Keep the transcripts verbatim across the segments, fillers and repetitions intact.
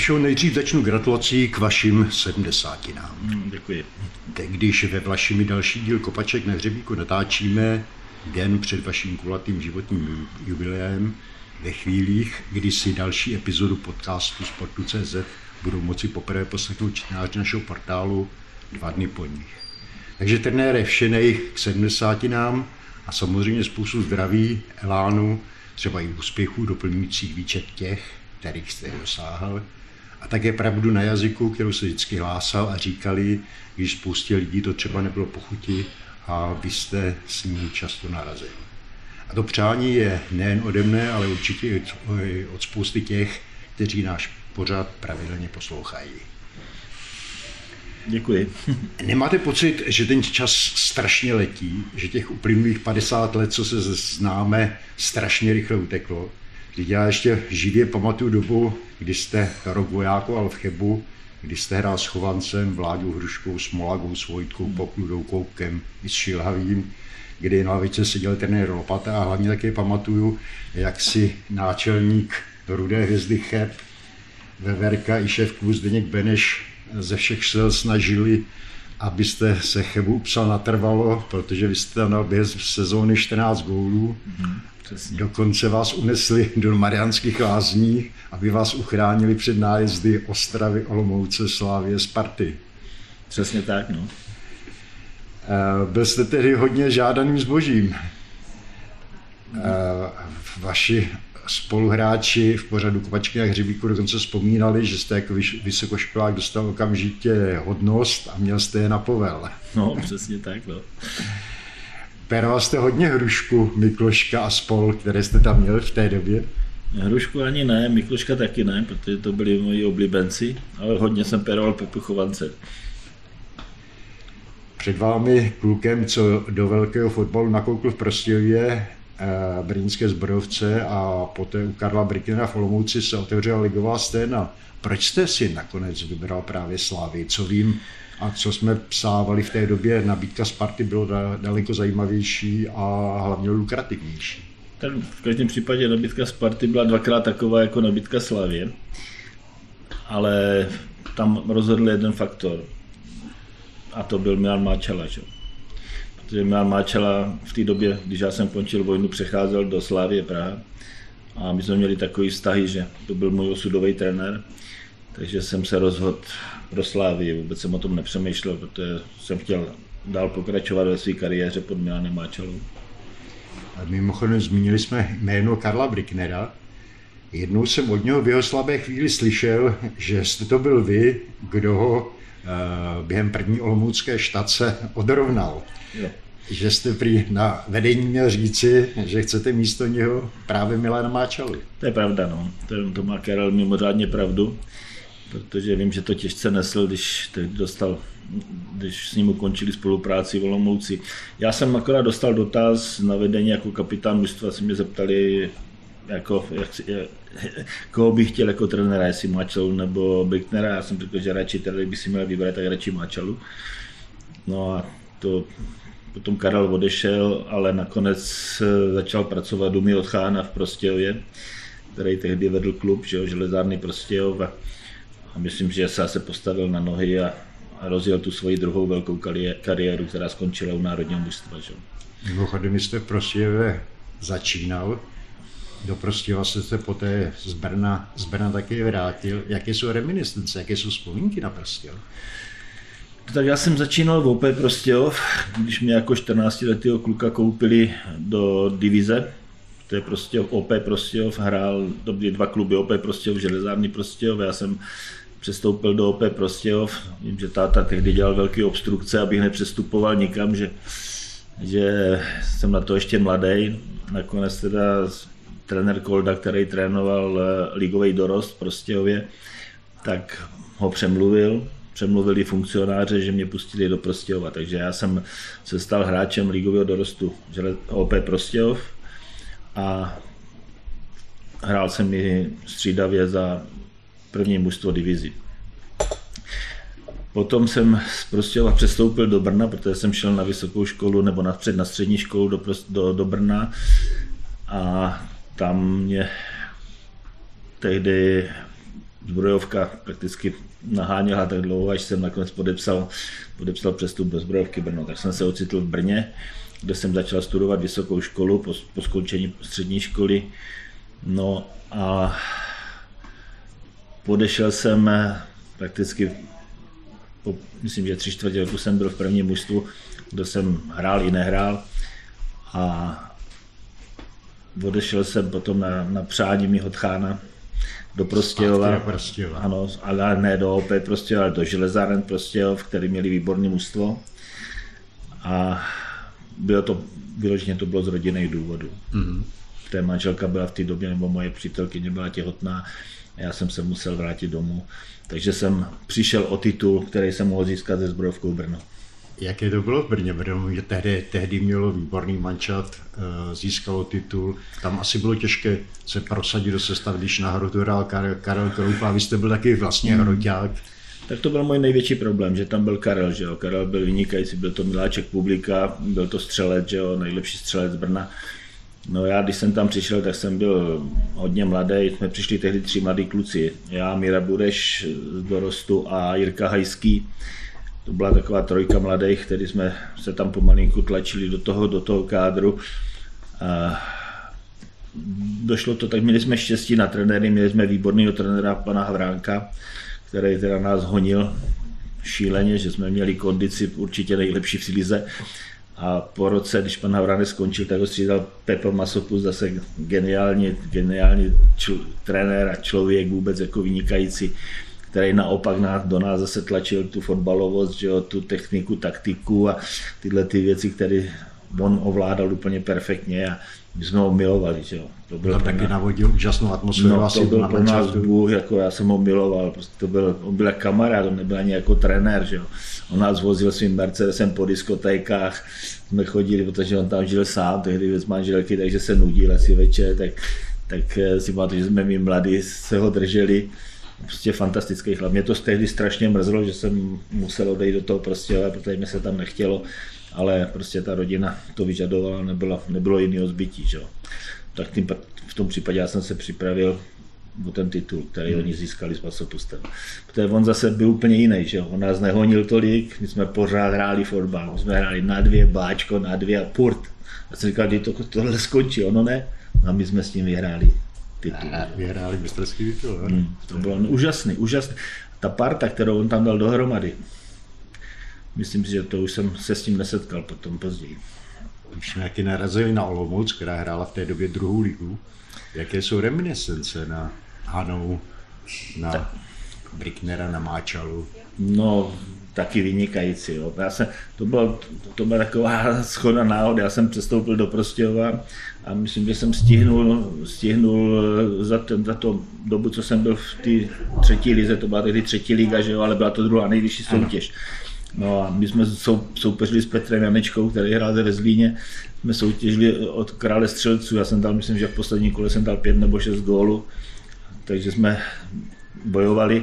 Šo, nejdřív začnu gratulací k vašim sedmdesátinám. Hmm, děkuji. Teď, když ve vašimi další díl Kopaček na hřebíku natáčíme den před vaším kulatým životním jubileem, ve chvílích, kdy si další epizodu podcastu Sportu tečka cé zet budou moci poprvé poslechnout čtenáři našeho portálu dva dny po nich. Takže trenére, všenej k sedmdesátinám a samozřejmě spoustu zdraví, elánu, třeba i úspěchů doplňujících výčet těch, kterých jste dosáhl. A také pravdu na jazyku, kterou se vždycky hlásal a říkali, když spoustě lidí to třeba nebylo po chuti a vy jste s ní často narazil. A to přání je nejen ode mne, ale určitě i od spousty těch, kteří náš pořad pravidelně poslouchají. Děkuji. Nemáte pocit, že ten čas strašně letí, že těch uplynulých padesát let, co se známe, strašně rychle uteklo? Když já ještě živě pamatuju dobu, kdy jste rok vojákoval v Chebu, kdy jste hrál s Chovancem, Vláďou Hruškou, Smolagou, s Vojtkou, Pokludou, Koupkem i s Šilhavým, kdy na lavice seděl trenér Lopata, a hlavně také pamatuju, jak si náčelník Rudé hvězdy Cheb, Veverka i šéf klubu Zdeněk Beneš ze všech sil snažili, abyste se Chebu upsal natrvalo, protože vy jste tam dal během sezóny čtrnáct gólů. Mm, Dokonce vás unesli do Mariánských Lázní, aby vás uchránili před nájezdy Ostravy, Olomouce, Slávie, Sparty. Přesně tak, no. Byl jste tedy hodně žádaným zbožím. Vaši spoluhráči v pořadu Kopačky na hřebíku dokonce vzpomínali, že jste jako vysokoškolák dostal okamžitě hodnost a měl jste je na povel. No, přesně tak, no. Péroval jste hodně Hrušku, Mikloška a spol, které jste tam měl v té době? Hrušku ani ne, Mikloška taky ne, protože to byli moji oblíbenci, ale hodně jsem péroval Pepu Chovance. Před vámi klukem, co do velkého fotbalu nakoukl v Prostějově, brněnské Zbrojovce a poté u Karla Brücknera v Olomouci se otevřela ligová scéna. Proč jste si nakonec vybral právě Slávii? Co vím a co jsme psávali v té době, nabídka Sparty bylo daleko zajímavější a hlavně lukrativnější. Tak v každém případě nabídka Sparty byla dvakrát taková jako nabídka Slavie, ale tam rozhodl jeden faktor a to byl Milan Máčela. Že? Protože Milan Máčela v té době, když já jsem končil vojnu, přecházel do Slávie Praha a my jsme měli takový vztahy, že to byl můj osudový trenér, takže jsem se rozhodl pro Slávii, vůbec jsem o tom nepřemýšlel, protože jsem chtěl dál pokračovat ve své kariéře pod Milanem Máčelou. Mimochodem zmínili jsme jméno Karla Brücknera. Jednou jsem od něho v jeho slabé chvíli slyšel, že jste to byl vy, kdo ho během první olomoucké štace odrovnal. Jo. Že jste prý na vedení měl říci, že chcete místo něho právě Milana Máčelu. To je pravda, no. To, to má Karel mimořádně pravdu, protože vím, že to těžce nesl, když dostal, když s ním ukončili spolupráci v Olomouci. Já jsem akorát dostal dotaz na vedení jako kapitán mužstva, si mě zeptali, jako, jak, koho bych chtěl jako trenéra, jestli Máčelu nebo Brücknera. Já jsem řekl, že radši trenér by si měl vybrat, tak radši Máčelu. No a to potom Karel odešel, ale nakonec začal pracovat u Mio Tchána v Prostějově, který tehdy vedl klub, že, Železárny Prostějov, a, a myslím, že se se postavil na nohy a, a rozjel tu svoji druhou velkou kariéru, která skončila u národního mužstva. Mimochodem jste v Prostějově začínal, do Prostějova jste se poté z Brna, z Brna taky vrátil. Jaké jsou reminiscence, jaké jsou vzpomínky na Prostějov? Tak já jsem začínal v O P Prostějov, když mě jako čtrnáctiletého kluka koupili do divize. To je Prostějov, O P Prostějov, hrál, to byly dva kluby, O P Prostějov, Železárny Prostějov. Já jsem přestoupil do O P Prostějov, vím, že táta tehdy dělal velké obstrukce, abych nepřestupoval nikam, že, že jsem na to ještě mladý. Nakonec teda trenér Kolda, který trénoval ligový dorost v Prostějově, tak ho přemluvil. Přemluvili funkcionáře, že mě pustili do Prostějova, takže já jsem se stal hráčem ligového dorostu O P Prostějov a hrál jsem mi střídavě za první mužstvo divizi. Potom jsem z Prostějova přestoupil do Brna, protože jsem šel na vysokou školu nebo napřed na střední školu do, do, do Brna a tam mě tehdy Zbrojovka prakticky naháněla tak dlouho, až jsem nakonec podepsal, podepsal přestup do Zbrojovky Brno. Tak jsem se ocitl v Brně, kde jsem začal studovat vysokou školu po, po skončení střední školy. No a odešel jsem prakticky, po, myslím, že tři čtvrtě roku jsem byl v prvním mužstvu, kde jsem hrál i nehrál. A odešel jsem potom na, na přání mýho tchána do Prostějova, ano, ale ne do O P Prostějov, ale do Železáren Prostějov, který měli výborné mužstvo. A bylo to, vyloženě to bylo z rodinných důvodů. Mm-hmm. Té manželka byla v té době, nebo moje přítelkyně byla těhotná, a já jsem se musel vrátit domů. Takže jsem přišel o titul, který jsem mohl získat ze Zbrojovkou Brno. Jaké to bylo v Brně? Brno, že tehdy, tehdy mělo výborný mančat, získalo titul. Tam asi bylo těžké se prosadit do sestavy, když na hrotu hrál Karel, Karel Kroupa, a vy jste byl taky vlastně hmm. hroťák. Tak to byl můj největší problém, že tam byl Karel, že jo. Karel byl vynikající, byl to miláček publika, byl to střelec, že jo, nejlepší střelec Brna. No já, když jsem tam přišel, tak jsem byl hodně mladý, jsme přišli tehdy tři mladí kluci. Já, Míra Budeš z dorostu a Jirka Hajský. To byla taková trojka mladých, který jsme se tam pomalinku tlačili do toho, do toho kádru. A došlo to tak, měli jsme štěstí na trenéry, měli jsme výborného trenéra pana Havránka, který teda nás honil šíleně, že jsme měli kondici určitě nejlepší v lize. A po roce, když pan Havránek skončil, tak ho střídal Pepo Masopust, zase geniální, geniální čl- trenér a člověk vůbec jako vynikající, který naopak nás, do nás zase tlačil tu fotbalovost, že jo, tu techniku, taktiku a tyhle ty věci, které on ovládal úplně perfektně a my jsme ho milovali. Že jo. To byl taky nás... navodil úžasnou atmosféru. No, to byl pro nás Bůh, jako já jsem ho miloval, prostě to byl, on byl kamarád, on nebyl ani jako trenér. Že jo. On nás vozil svým Mercedesem po diskotékách, jsme chodili, protože on tam žil sám, tehdy bez manželky, takže se nudil asi večer, tak, tak si pamatuju, že jsme my mladí se ho drželi. Prostě fantastický chlap. Mě to tehdy strašně mrzelo, že jsem musel odejít do toho Prostějova, protože mi se tam nechtělo, ale prostě ta rodina to vyžadovala, nebylo, nebylo jiného zbytí. Že? Tak tím, v tom případě já jsem se připravil o ten titul, který hmm. oni získali s Masopustem. Protože on zase byl úplně jiný, že? On nás nehonil tolik, my jsme pořád hráli fotbal, my jsme hráli na dvě, báčko, na dvě a purt. Já jsem říkal, kdy to, tohle skončí, ono ne, a my jsme s tím vyhráli. Titul. Vyhráli mistrovský titul. Hmm, to bylo úžasný, úžasný. Ta parta, kterou on tam dal dohromady, myslím si, že to už jsem se s tím nesetkal potom později. Už jsme taky narazili na Olomouc, která hrála v té době druhou ligu. Jaké jsou reminiscence na Hanou, na Ta... Bricknera, na Máčalu? No, taky vynikající. Jo. Já jsem, to, bylo, to byla taková shoda náhod. Já jsem přestoupil do Prostějova a myslím, že jsem stihnul, stihnul za, ten, za to dobu, co jsem byl v té třetí lize, to byla tehdy třetí liga, že jo, ale byla to druhá nejvyšší soutěž. No a my jsme sou, soupeřili s Petrem Janečkou, který hrál ve Zlíně. Jsme soutěžili od krále střelců. Já jsem dal, myslím, že v posledním kole jsem dal pět nebo šest gólů, takže jsme bojovali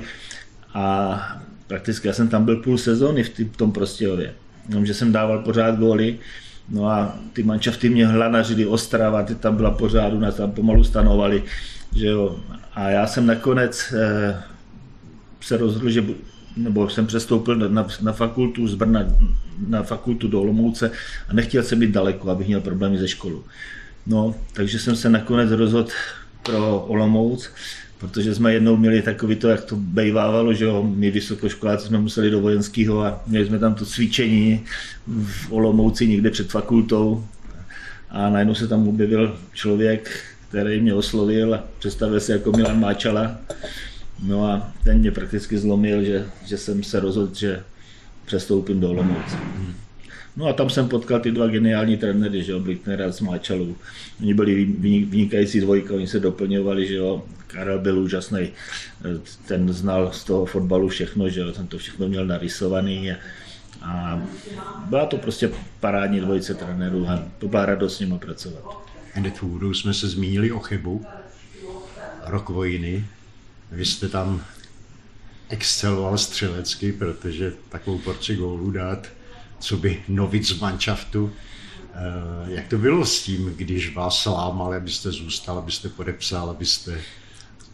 a prakticky já jsem tam byl půl sezóny v, tý, v tom Prostějově. Jenomže jsem dával pořád góly, no a ty manšafty mě hlanařili, Ostrava, ty tam byla pořád, nás tam pomalu stanovali, že jo. A já jsem nakonec eh, se rozhodl, že nebo jsem přestoupil na, na fakultu z Brna, na fakultu do Olomouce a nechtěl jsem být daleko, abych měl problémy ze školu. No, takže jsem se nakonec rozhodl pro Olomouc, protože jsme jednou měli takový to, jak to bejvávalo, že jo, my vysokoškoláci jsme museli do vojenského a měli jsme tam to cvičení v Olomouci někde před fakultou a najednou se tam objevil člověk, který mě oslovil a představil se jako Milan Máčala. No a ten mě prakticky zlomil, že, že jsem se rozhodl, že přestoupím do Olomouce. No a tam jsem potkal ty dva geniální trenéry, že jo, Bricknera s Máčalou. Oni byli vynikající dvojka, oni se doplňovali, že jo. Karel byl úžasný, ten znal z toho fotbalu všechno, že jo, ten to všechno měl narysovaný a, a byla to prostě parádní dvojice trenérů a to byla radost s nimi pracovat. Hned v úvodu jsme se zmínili o chybu, rok vojny. Vy jste tam exceloval střelecky, protože takovou porci gólů dát, co by novic z manšaftu. Jak to bylo s tím, když vás lámali, abyste zůstal, abyste podepsal, abyste...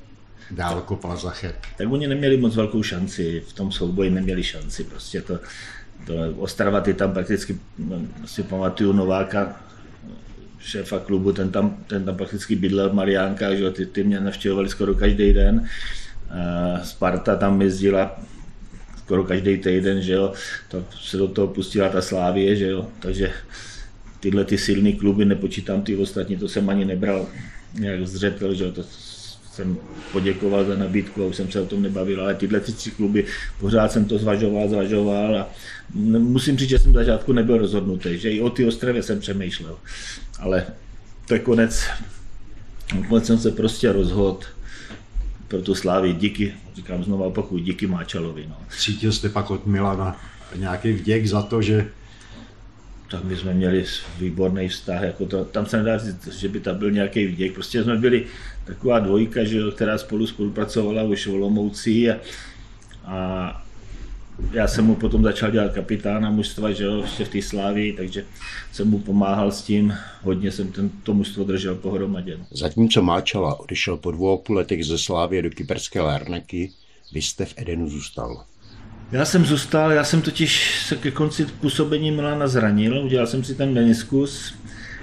dál kopal za cheb. Tak oni neměli moc velkou šanci, v tom souboji neměli šanci, prostě to, to Ostrava, ty tam prakticky, si pamatuju Nováka, šéfa klubu, ten tam, ten tam prakticky bydlel v Mariánkách, že ty, ty mě navštěvovali skoro každý den. Sparta tam jezdila skoro každý týden, že jo, to se do toho pustila ta Slávie, že jo, takže tyhle ty silný kluby, nepočítám ty ostatní, to jsem ani nebral nějak zřetel, že jo, to jsem poděkoval za nabídku a už jsem se o tom nebavil, ale tyhle ty tři kluby, pořád jsem to zvažoval, zvažoval a musím říct, že jsem v začátku nebyl rozhodnutý, že i o ty Ostravě jsem přemýšlel, ale to je konec, konec jsem se prostě rozhodl pro tu Slávii, díky, říkám znovu opakuju, díky Máčalovi. No. Cítil jste pak od Milana nějaký vděk za to, že tak my jsme měli výborný vztah, jako to, tam se nedá říct, že by tam byl nějaký vděk, prostě jsme byli taková dvojka, že, která spolu spolupracovala už v Olomouci a, a já jsem mu potom začal dělat kapitána mužstva, že jo, ještě v té Slávii, takže jsem mu pomáhal s tím, hodně jsem ten, to mužstvo držel pohromadě. Zatímco Máčala odešel po dvou a půl letech ze Slávie do kyperské Larnaky, vy jste v Edenu zůstal. Já jsem zůstal, já jsem totiž se ke konci působení Milana zranil, udělal jsem si ten meniskus,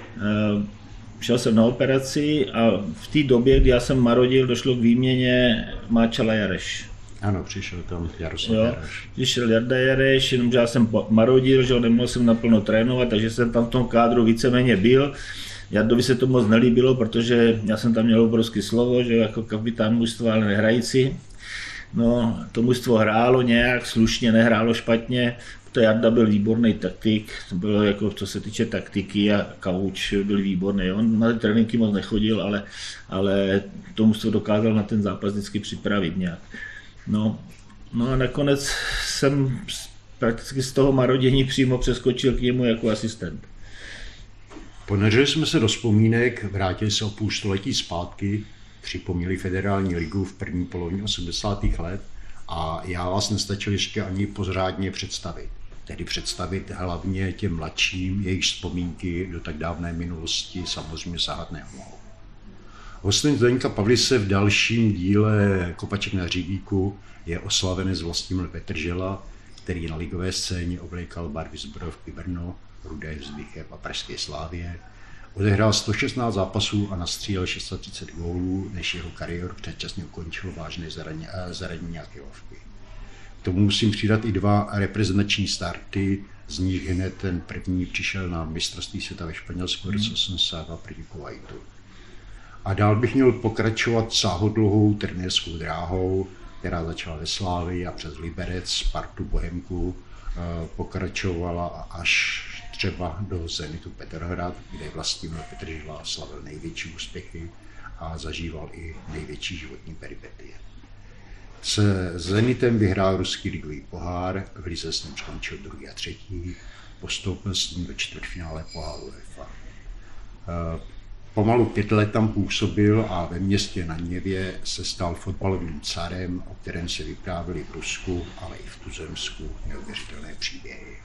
šel jsem na operaci a v té době, kdy já jsem marodil, došlo k výměně Máčala Jareš. Ano, přišel tam Jaroslav Jareš. Přišel Jarda Jareš, jenomže já jsem marodil, že nemohl jsem naplno trénovat, takže jsem tam v tom kádru víceméně byl. Jardovi se to moc nelíbilo, protože já jsem tam měl obrovské slovo, že jako kapitán mužstva, ale nehrající. No, to mužstvo hrálo nějak, slušně, nehrálo špatně, to Jarda byl výborný taktik, to bylo jako, co se týče taktiky a kauč byl výborný, on na ty tréninky moc nechodil, ale, ale to mužstvo dokázal na ten zápas vždycky připravit nějak. No, no a nakonec jsem prakticky z toho marodění přímo přeskočil k němu jako asistent. Ponořili jsme se do vzpomínek, vrátili se o půl století zpátky, připomněli federální ligu v první polovině osmdesátých let a já vás nestačil ještě ani pořádně představit. Tedy představit hlavně těm mladším, jejich vzpomínky do tak dávné minulosti samozřejmě sahat nemohou. Hostem Zdeňka Pavlise v dalším díle Kopaček na hřibíku je oslavenec Vlastimil Petržela, který na ligové scéně oblékal barvy Zbrojovky Brno, Rudé Vzdychev a Pražské Slávie. Odehrál sto šestnáct zápasů a nastřílel třicet šest gólů, než jeho kariéru předčasně ukončil vážné zranění a chylovky. K tomu musím přidat i dva reprezentační starty, z nich hned ten první přišel na mistrovství světa ve Španělsku v roce osmdesát dva proti Kuwaitu. A dál bych měl pokračovat sáhodlouhou trenérskou dráhou, která začala ve Slávii a přes Liberec, Spartu, Bohemku pokračovala až třeba do Zenitu Petrohrad, kde Vlastimil Petržela slavil největší úspěchy a zažíval i největší životní peripetie. Se Zenitem vyhrál ruský ligový pohár, v lize s ním skončil druhý a třetí, postoupil s ním do čtvrtfinále poháru UEFA. Pomalu pět let tam působil a ve městě na Něvě se stal fotbalovým carem, o kterém se vyprávěli v Rusku, ale i v Tuzemsku neuvěřitelné příběhy.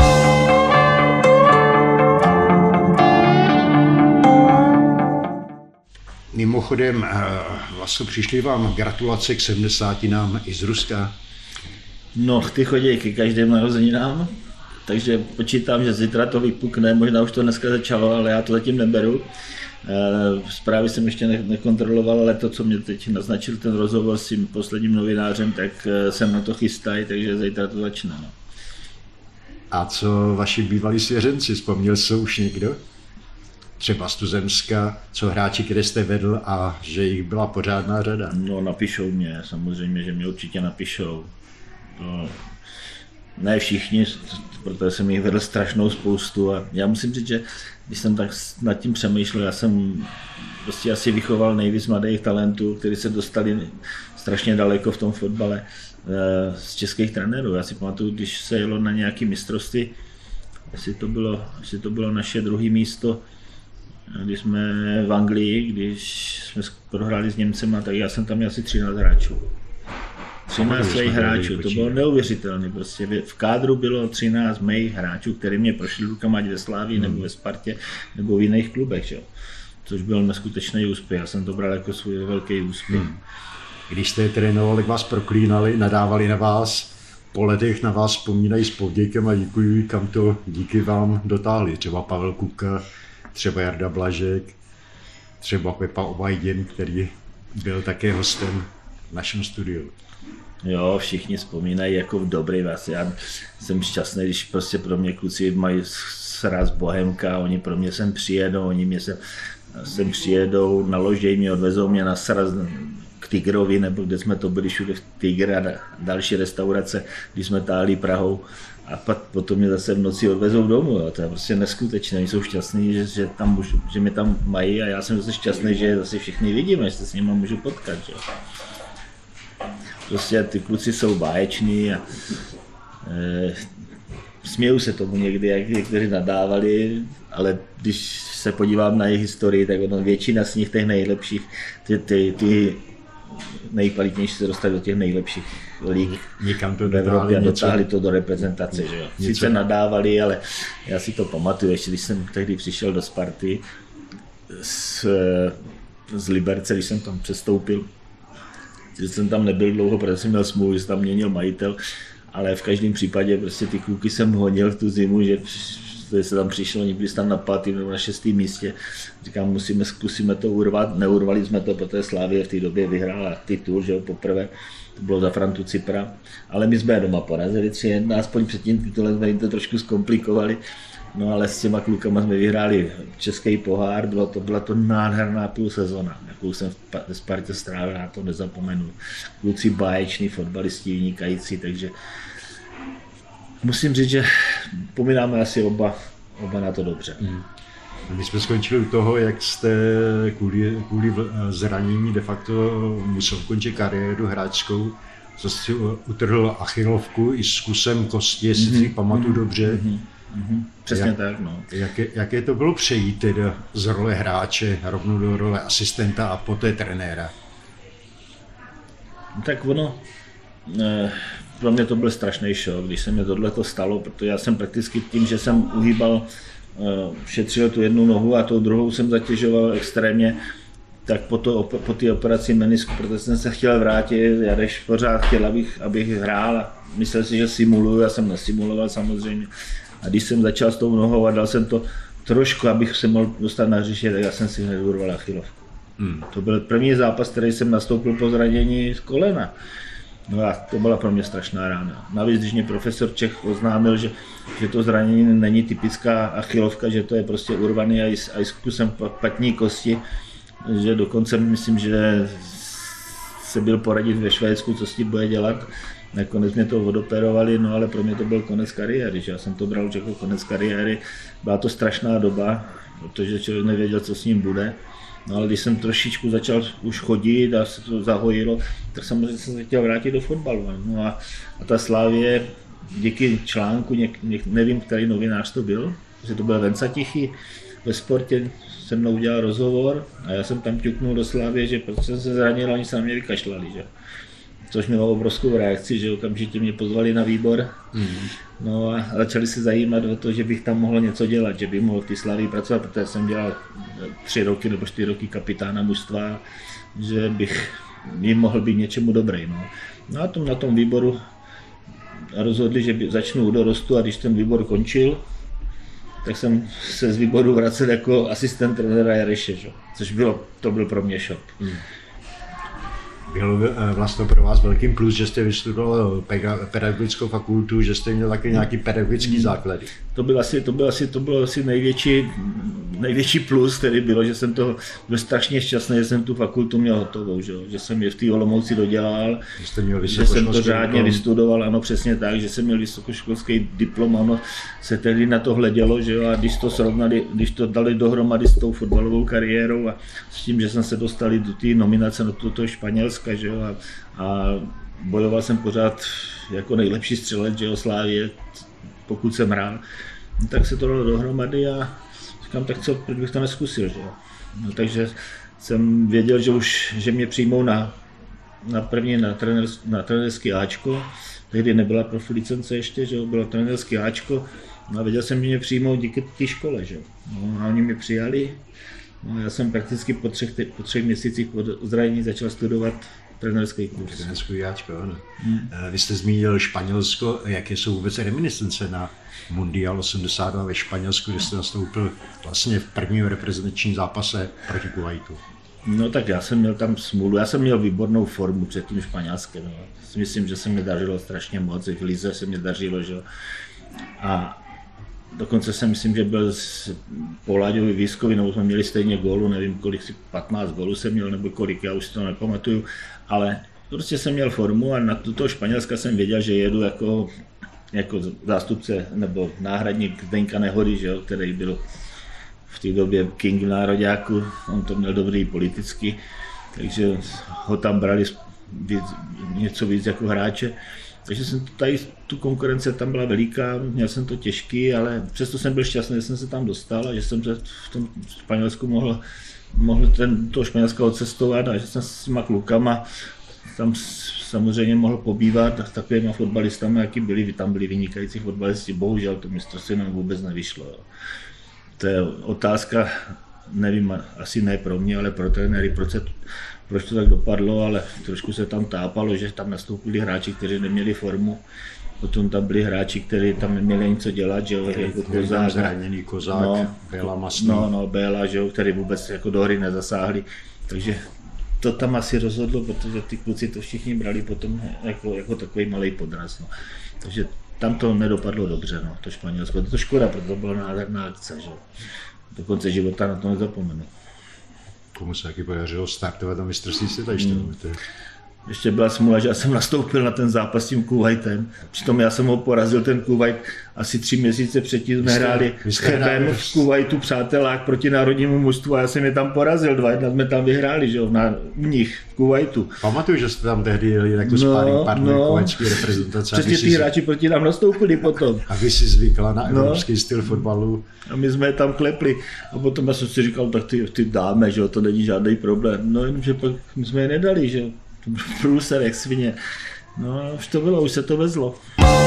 Mimochodem, vlastně přišli vám gratulace k sedmdesátinám i z Ruska? No, ty chodí ke každým narozeninám, takže počítám, že zítra to vypukne, možná už to dneska začalo, ale já to zatím neberu. Zprávy jsem ještě nekontroloval, ale to, co mě teď naznačil ten rozhovor s tím posledním novinářem, tak jsem na to chystají, takže zítra to začne. No. A co vaši bývalí svěřenci, vzpomněl se už někdo? Třeba z Tuzemska, co hráči, které jste vedl a že jich byla pořádná řada? No, napíšou mě, samozřejmě, že mě určitě napíšou. To ne všichni, protože jsem jich vedl strašnou spoustu a já musím říct, že když jsem tak nad tím přemýšlel, já jsem prostě asi vychoval nejvíc mladých talentů, kteří se dostali strašně daleko v tom fotbale z českých trenérů. Já si pamatuju, když se jelo na nějaké mistrovství, jestli to bylo, jestli to bylo naše druhé místo, když jsme v Anglii, když jsme prohráli s Němcema, tak já jsem tam měl asi třináct hráčů. třináct svých hráčů, to bylo neuvěřitelné. Prostě v kádru bylo třináct mých hráčů, který mě prošli rukama ať ve Slávii, hmm. nebo ve Spartě, nebo v jiných klubech. Že? Což byl neskutečný úspěch. Já jsem to bral jako svůj velký úspěch. Hmm. když jste je trénovali, vás proklínali, nadávali na vás, po letech na vás vzpomínají s povděkem a děkuji, kam to díky vám dotáhli. Třeba Pavel Kuka, třeba Jarda Blažek, třeba Pepa Obajdin, který byl také hostem v našem studiu. Jo, všichni vzpomínají jako v dobrý vás. Já jsem šťastný, když prostě pro mě kluci mají sraz Bohemka, oni pro mě sem přijedou, oni mě sem, sem přijedou, naloží mě, odvezou mě na sraz k Tigrovi, nebo kde jsme to byli všude v Tigr a další restaurace, když jsme táhli Prahou a pak potom mě zase v noci odvezou domů. Jo. To je prostě neskutečné, oni jsou šťastní, že, že, tam můžu, že mě tam mají a já jsem zase šťastný, že zase všichni vidíme, že se s nimi můžu potkat. Jo. Prostě ty kluci jsou báječní a e, směju se tomu někdy, jak někteří nadávali, ale když se podívám na jejich historii, tak ono, většina z nich těch nejlepších, ty, ty, ty nejkvalitnější se dostali do těch nejlepších líg v Evropě a dotáhli to do reprezentace. Že jo. Sice nadávali, ale já si to pamatuju, ještě když jsem tehdy přišel do Sparty z, z Liberce, když jsem tam přestoupil, že jsem tam nebyl dlouho, protože jsem měl smůlu, že se tam měnil majitel, ale v každém případě prostě ty kluky jsem honil v tu zimu, že se tam přišlo, oni byli tam na pátém nebo na šestém místě. Říkám, musíme, zkusíme to urvat, neurvali jsme to, protože Slavie v té době vyhrála titul, že jo, poprvé, to bylo za Frantu Cipra, ale my jsme doma porazili tři jedna, aspoň před tím titulem jsme jim to trošku zkomplikovali. No ale s těma klukama jsme vyhráli český pohár, bylo to, byla to nádherná půl sezona, jakou jsem ve Spartě strávil, já to nezapomenu. Kluci báječní, fotbalisti vynikající, takže musím říct, že pomínáme asi oba, oba na to dobře. Hmm. My jsme skončili u toho, jak jste kvůli, kvůli zranění de facto musel končit kariéru hráčskou, co si utrhl achilovku i s kusem kosti, jestli mm-hmm. si pamatuju mm-hmm. dobře. Mm-hmm. Mm-hmm. Přesně jak, tak, no. Jaké, jaké to bylo přejít teda z role hráče rovnou do role asistenta a poté trenéra? Tak ono, eh, pro mě to byl strašný šok, když se mi tohleto stalo, protože já jsem prakticky tím, že jsem uhýbal, eh, šetřil tu jednu nohu a tou druhou jsem zatěžoval extrémně, tak po, to, po té operaci menisku, protože jsem se chtěl vrátit, já když pořád chtěl, abych, abych hrál a myslel si, že simuluju, já jsem nesimuloval samozřejmě. A když jsem začal s tou nohou a dal jsem to trošku, abych se mohl dostat na hřiště, tak já jsem si hned urval achilovku. Hmm. To byl první zápas, který jsem nastoupil po zranění z kolena. No a to byla pro mě strašná rána. Navíc, když mě profesor Čech oznámil, že, že to zranění není typická achilovka, že to je prostě urvaný a i s, a i s kusem patní kosti, že dokonce myslím, že se byl poradit ve Švédsku, co s tím bude dělat. Nakonec mě to odoperovali, no ale pro mě to byl konec kariéry, že já jsem to bral jako konec kariéry. Byla to strašná doba, protože člověk nevěděl, co s ním bude. No ale když jsem trošičku začal už chodit a se to zahojilo, tak samozřejmě jsem se chtěl vrátit do fotbalu. No a, a ta Slavie, díky článku, něk, něk, nevím, který novinář to byl, že to byl Venca Tichý, ve Sportě se mnou udělal rozhovor a já jsem tam ťuknul do Slavie, že protože jsem se zranil, oni se na mě vykašlali, že? Což mělo obrovskou reakci, že okamžitě mě pozvali na výbor. Mm. No a začali se zajímat o to, že bych tam mohl něco dělat, že bych mohl v té Slavii pracovat, protože jsem dělal tři roky nebo čtyři roky kapitána mužstva, že bych jim mohl být něčemu dobrý. No, no a tom, na tom výboru rozhodli, že začnu u dorostu a když ten výbor končil, tak jsem se z výboru vracel jako asistent trenéra Jareše, že? Což bylo, to byl pro mě šok. Mm. Bylo vlastně pro vás velkým plus, že jste vystudoval pedagogickou fakultu, že jste měl taky nějaký pedagogický základy. To byl asi, to byl asi, to byl asi největší, největší plus, který bylo, že jsem to byl strašně šťastný, že jsem tu fakultu měl hotovou, že, že jsem je v té Olomouci dodělal, že, měl že jsem to řádně diplom. vystudoval, ano přesně tak, že jsem měl vysokoškolský diplom, ano, se tehdy na to hledělo, že jo, a když to srovnali, když to dali dohromady s tou fotbalovou kariérou a s tím, že jsem se dostal do té nominace na toto Španělska, že jo, a, a bojoval jsem pořád jako nejlepší střelec, že jo, Slavie, pokud jsem hrál, no, tak se to dalo dohromady a říkám, tak co, proč bych to neskusil, že jo. No, takže jsem věděl, že už, že mě přijmou na, na první, na, trenér, na trenérský Ačko, tehdy nebyla profi licence ještě, že jo, bylo trenérský Ačko, no a věděl jsem, že mě přijmou díky té škole, že jo. No, a oni mě přijali. No, já jsem prakticky po třech, po třech měsících po zranění začal studovat Trenerský kurz. Trenerský jáčko, ano. Hmm. Vy jste zmínil Španělsko, jaké jsou vůbec reminiscence na Mundial osmdesát dva ve Španělsku, kde jste nastoupil vlastně v prvním reprezentačním zápase proti Kuwaitu. No tak já jsem měl tam smůlu, já jsem měl výbornou formu před tím Španělskem. No. Myslím, že se mi dařilo strašně moc, v lize se mi dařilo, že? A dokonce si myslím, že byl po Láďovi Výskovi, nebo jsme měli stejně gólu, nevím kolik, si patnáct gólů jsem měl, nebo kolik, já už si to nepamatuju, ale prostě jsem měl formu a na toho Španělska jsem věděl, že jedu jako, jako zástupce nebo náhradník Zdeňka Nehody, že jo, který byl v té době king v nároďáku, on to měl dobrý politicky, takže ho tam brali víc, něco víc jako hráče. Takže jsem tady, tu konkurence tam byla veliká, měl jsem to těžký, ale přesto jsem byl šťastný, že jsem se tam dostal a že jsem se v tom Španělsku mohl, mohl ten, toho Španělska odcestovat a že jsem s těma klukama tam samozřejmě mohl pobývat s takovými fotbalistami, jaký byli, tam byli vynikající fotbalisti, bohužel to mistrovství nám vůbec nevyšlo. Jo. To je otázka, nevím, asi ne pro mě, ale pro trenéry, proč, se, proč to tak dopadlo, ale trošku se tam tápalo, že tam nastoupili hráči, kteří neměli formu, potom tam byli hráči, kteří tam neměli nic co dělat, že jo, jako Kozák, zraněný Kozák, no, Béla Masný. No, no, Béla, že jo, který vůbec jako do hry nezasáhli, takže to tam asi rozhodlo, protože ty kluci to všichni brali potom jako, jako takový malý podraz, no. Takže tam to nedopadlo dobře, no, to Španělsko, to je škoda, protože to byla nádherná akce, že jo. Do konce života na to nezapomenu. Komu se taky podařilo startovat na mistrovství světa ještě? Hmm. Ještě byla smůla, že já jsem nastoupil na ten zápas s tím Kuwaitem. Přitom já jsem ho porazil, ten Kuwait, asi tři měsíce předtím jsme hráli s Chebem v Kuwaitu přátelák proti národnímu mužstvu a já jsem je tam porazil, dva jedna jsme tam vyhráli, že jo, na, u nich v Kuwaitu. Pamatuju, že jste tam tehdy jeli jako sparring no, partner no. kuwaitské reprezentace. Přesně ty hráči proti nám nastoupili potom. A vy si zvykla na evropský no. styl fotbalu. A my jsme je tam klepli a potom já jsem si říkal, tak ty, ty dáme, že jo, to není žádný problém. No jenomže pak my jsme je nedali, že jo. Průser jak svině. No už to bylo, už se to vezlo.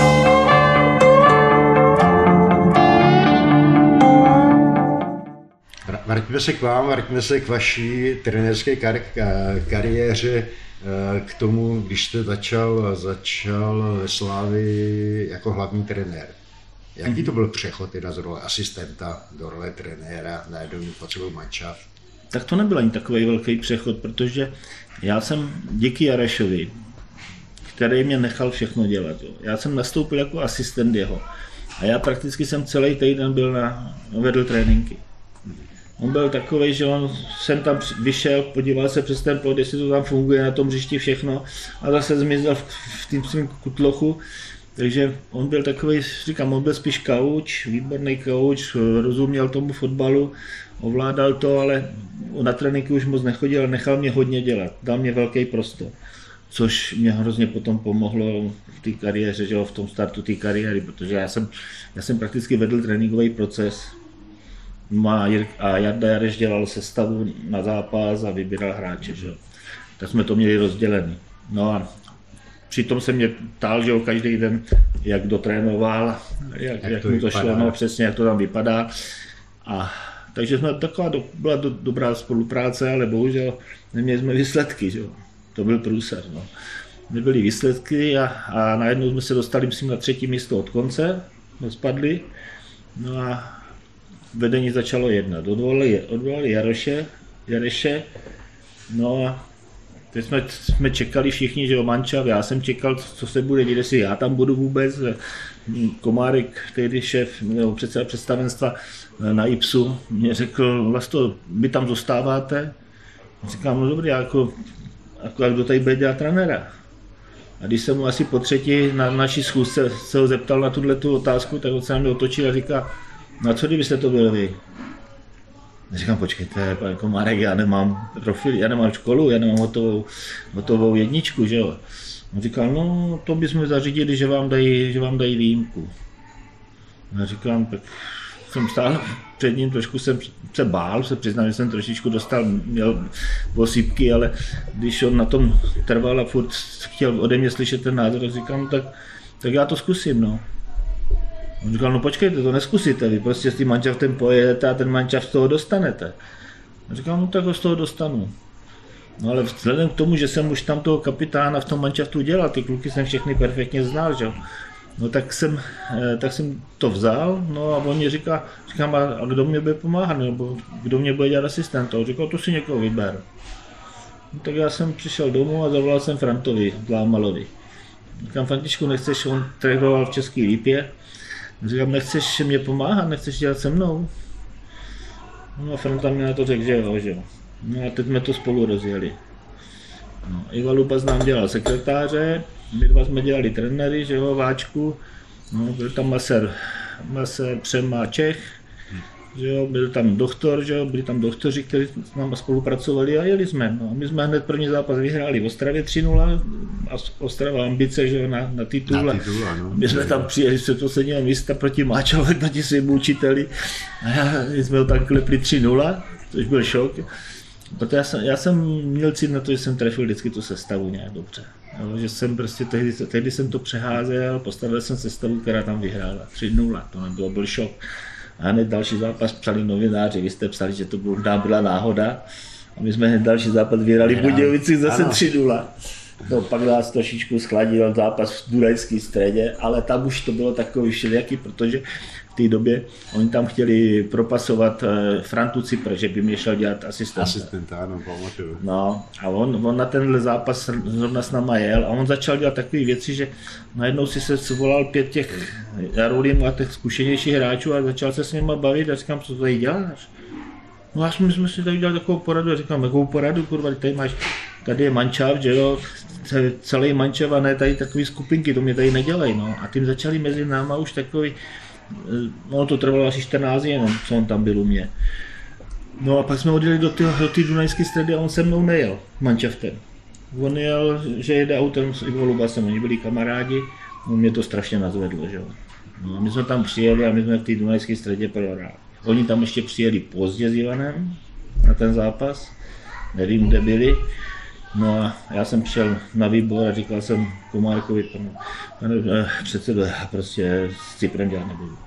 Vraťme se k vám, vraťme se k vaší trenérské kar- kariéře, k tomu, když jste začal, začal ve Slavii jako hlavní trenér. Jaký to byl přechod teda z role asistenta do role trenéra na jednou celou mančaft? Tak to nebyl ani takový velký přechod, protože já jsem díky Jarešovi, který mě nechal všechno dělat. Jo. Já jsem nastoupil jako asistent jeho a já prakticky jsem celý týden byl na, vedl tréninky. On byl takovej, že on jsem tam vyšel, podíval se přes ten plot, jestli to tam funguje na tom hřišti všechno a zase zmizel v, v tím svým kutlochu. Takže on byl takový, říkám, on byl spíš kouč, výborný kouč, rozuměl tomu fotbalu, ovládal to, ale na tréninky už moc nechodil, ale nechal mě hodně dělat, dal mě velký prostor, což mě hrozně potom pomohlo v té kariéře, že jo, v tom startu té kariéry, protože já jsem, já jsem prakticky vedl tréninkový proces a Jarda Jareš dělal sestavu na zápas a vybíral hráče, že jo. Tak jsme to měli rozdělený. No a přitom se mě ptal, že jo, každý den, jak kdo trénoval, jak, jak, jak mu to šlo, no, přesně jak to tam vypadá. A takže jsme taková do, byla do, dobrá spolupráce, ale bohužel neměli jsme výsledky, že jo. To byl průser, no. Nebyly výsledky a, a najednou jsme se dostali, myslím, na třetí místo od konce, jsme spadli. No a vedení začalo jednat. Odvolali, odvolali Jaroše, Jareše, no a teď jsme, jsme čekali všichni, že jo, mančav, já jsem čekal, co se bude dít, jestli já tam budu vůbec. Komárek, tehdy šéf, nebo předseda představenstva na IPSu, mě řekl, Vlasto, vy tam zůstáváte? Říkám, no dobrý, jako, jako jak kdo tady bude dělat trenéra? A když jsem mu asi po třetí na naší schůzce se ho zeptal na tuto otázku, tak se na mě otočil a říká, no a co kdybyste to byl vy? Říkám, počkejte, pane Komárek, já nemám profil, já nemám školu, já nemám hotovou, hotovou jedničku, že jo. On říkal, no to bychom zařídili, že vám dají, že vám dají výjimku. Já říkám, tak jsem stál před ním, trošku jsem se bál, se přiznám, že jsem trošičku dostal, měl osýpky, ale když on na tom trval a furt chtěl ode mě slyšet ten názor, tak říkám, tak, tak já to zkusím, no. On říkal, no počkejte, to neskusíte, vy prostě s tím mančaftem pojedete a ten mančaft z toho dostanete. A říkal, no tak ho z toho dostanu. No ale vzhledem k tomu, že jsem už tam toho kapitána v tom manšaftu dělal, ty kluky jsem všechny perfektně znal, že? No tak jsem, tak jsem to vzal, no a on mě říká, říkám, a kdo mě bude pomáhat, nebo kdo mě bude dělat asistenta? Říkal, to si někoho vyber. No, tak já jsem přišel domů a zavolal jsem Frantovi, Dlámalovi. Říkám, Františku, nechceš, on trénoval v České Lípě, říkám, nechceš mě pomáhat, nechceš dělat se mnou? No a Franta mi na to řekl, že jo, že jo. No a teď jsme to spolu rozjeli. No, Iva Lubas nám dělal sekretáře, my dva jsme dělali trenéry, že jo, Váčku, no, byl tam Maser, Maser Přema Čech, že jo, byl tam doktor, že jo, byli tam doktoři, kteří s námi spolupracovali a jeli jsme. No, my jsme hned první zápas vyhráli v Ostravě tři nula a Ostrava ambice, že jo, na, na titul. Na titul no. My jsme tam přijeli z posledního místa proti Máčovi, proti svým učiteli a já, my jsme ho tam klepli tři nula, což byl šok. Protože já jsem, já jsem měl cít na to, že jsem trefil vždycky tu sestavu nějak dobře. Jo, že jsem prostě tehdy, tehdy jsem to přeházel, postavil jsem sestavu, která tam vyhrála tři nula, to nebylo, byl šok. A hned další zápas psali novináři, vy jste psali, že to možná byla náhoda. A my jsme hned další zápas vyhrali v Budějovicích zase tři nula. No, pak nás trošičku schladil zápas v Dunajské Středě, ale tam už to bylo takový všelijaký, protože v té době oni tam chtěli propasovat Frantu Cipr, že by mě šel dělat asistenta. Asistenta, ano, pamatuju. No, a on, on na tenhle zápas zrovna s náma jel a on začal dělat takové věci, že najednou si se svolal pět těch jarolím a těch zkušenějších hráčů a začal se s nimi bavit a říkám, co tady děláš? No a my jsme si tady dělali takovou poradu a říkám, jakou poradu, kurva, tady máš, tady je mančav, že jo, celý mančav a ne tady takový skupinky, to mě tady nedělej, no. A tím začali mezi náma už takový, no to trvalo asi čtrnáct jenom, co on tam byl u mě. No a pak jsme odjeli do té do Dunajské Středy a on se mnou nejel mančaftem. On jel, že jede autem s Ivou Lubasem, oni byli kamarádi, no mě to strašně nazvedlo, že jo. No a my jsme tam přijeli a my jsme v té Dunajské Středě prohráli. Oni tam ještě přijeli pozdě s Ivanem na ten zápas, nevím, kde byli. No a já jsem přišel na výbor a říkal jsem Komárkovi, panu, pane předsedo, já prostě s Cyprem dělat nebudu.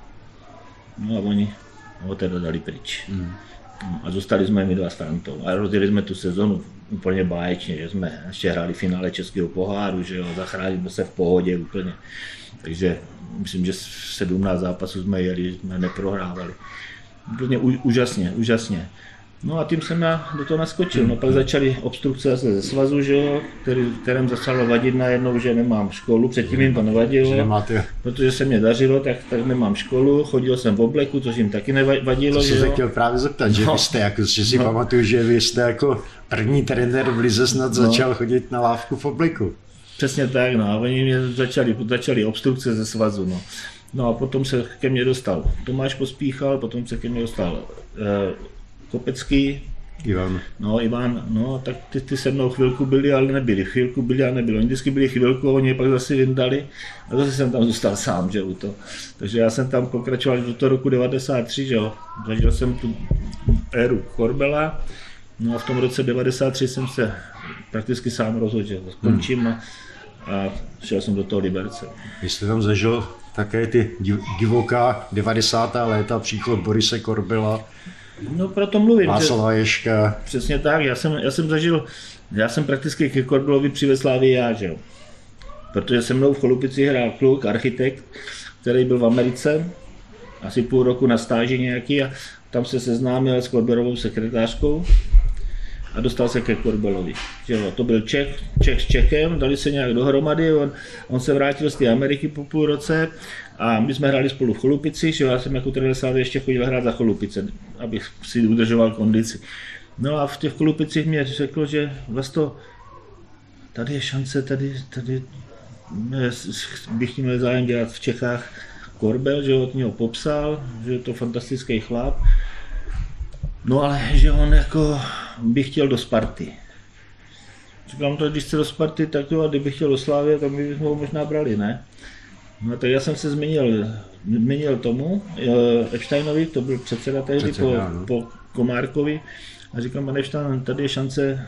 No a oni ho teda dali pryč. Mm. No a zůstali jsme my dva s Frantou a rozjeli jsme tu sezonu úplně báječně, že jsme ještě hráli finále Českého poháru, že jo, zachránili jsme se v pohodě úplně. Takže myslím, že sedmnáct zápasů jsme jeli, jsme neprohrávali. Úplně úžasně, úžasně. No a tím jsem já do toho naskočil. No pak začaly obstrukce zase ze svazu, že jo, který, kterým začalo vadit najednou, že nemám školu, předtím jim to nevadilo, protože se mě dařilo, tak, tak nemám školu, chodil jsem v obleku, což jim taky nevadilo. To jsem se chtěl právě zeptat, že no. vy jste, jako, že si no. pamatuju, že vy jste jako první trenér v lize snad no. začal chodit na lávku v obleku. Přesně tak, no a oni mě začali, začali obstrukce ze svazu, no. No a potom se ke mně dostal Tomáš Pospíchal, potom se ke mně dostal eh, Kopecký, Ivan. No, Ivan, no, tak ty, ty se mnou chvilku byli, ale nebyli, chvilku byli a nebyli. Oni vždycky byli chvilku, oni je pak zase vyndali a zase jsem tam zůstal sám, že jo, to. Takže já jsem tam pokračoval do toho roku devadesát tři, že jo. Zažil jsem tu éru Korbela, no a v tom roce devadesát tři jsem se prakticky sám rozhodl, že skončím hmm. a, a šel jsem do toho Liberce. Vy jste tam zažil také ty divoká devadesátá léta, příchod Borise Korbela. No proto mluvím. Václava Ježka. Přesně tak, já jsem, já jsem zažil, já jsem prakticky ke Korbelovi přivez Slávii já, že jo. Protože se mnou v Cholupici hrál kluk, architekt, který byl v Americe, asi půl roku na stáži nějaký a tam se seznámil s Korbelovou sekretářkou a dostal se ke Korbelovi. Že jo, to byl Čech, Čech s Čechem, dali se nějak dohromady, on, on se vrátil z té Ameriky po půl roce a my jsme hráli spolu v Cholupici, že jo, já jsem jako trenér Slávy ještě chodil hrát za Cholupice, abych si udržoval kondici. No a v těch Cholupicích mě řekl, že vlastně tady je šance, tady, tady bych měl zájem dělat v Čechách Korbel, že od něho popsal, že je to fantastický chlap. No ale že on jako by chtěl do Sparty. Říkám to, když chce do Sparty, tak jo, a kdyby chtěl do Slávy, tak by jsme ho možná brali, ne? No tak já jsem se změnil, změnil tomu, Epsteinovi, to byl předseda tehdy po, no. po Komárkovi. A říkám, pane Epstein, tady je šance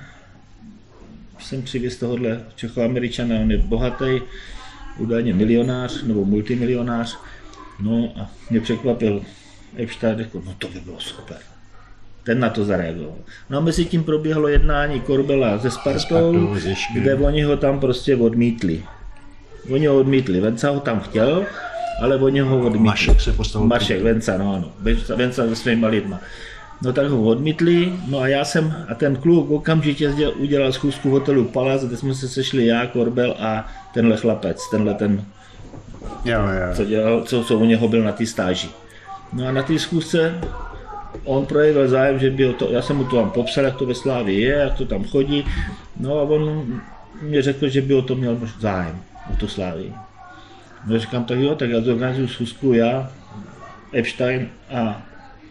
sem přivést tohohle Čechoameričana, on je bohatý, údajně milionář nebo multimilionář. No a mě překvapil Epstein, řekl, no to by bylo super. ten na to zareagoval. No a mezi tím proběhlo jednání Korbela se Spartou, kde oni ho tam prostě odmítli. Oni ho odmítli, Venca ho tam chtěl, ale oni ho odmítli. Mašek se postavil. Mašek, Venca, no ano, Venca se svýma lidma. No tak ho odmítli, no a já jsem, a ten kluk okamžitě udělal schůzku v hotelu Palace, kde jsme se sešli já, Korbel a tenhle chlapec, tenhle ten, jo, jo. Co, dělal, co, co u něho byl na té stáži. No a na té schůzce on projevil zájem, že by to, já jsem mu to tam popsal, jak to ve Slávii je, jak to tam chodí, no a on mě řekl, že by o to měl zájem, o tu Slávii. No říkám, tak jo, tak já zorganizuju schůzku já, Epstein a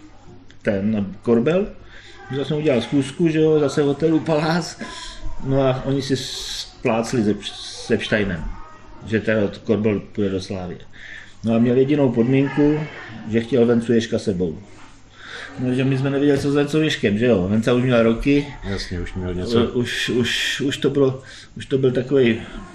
ten Korbel. Já jsem udělal schůzku, že jo, zase v hotelu Palace, no a oni si splácli se, se Epsteinem, že teda Korbel půjde do Slávie. No a měl jedinou podmínku, že chtěl Vencu Ježka sebou. No, že my jsme nevěděli, co s Vencou Ježkem, že jo, Venca už měl roky. Jasně, už měl něco. Už, už, už, to, bylo, už to byl takový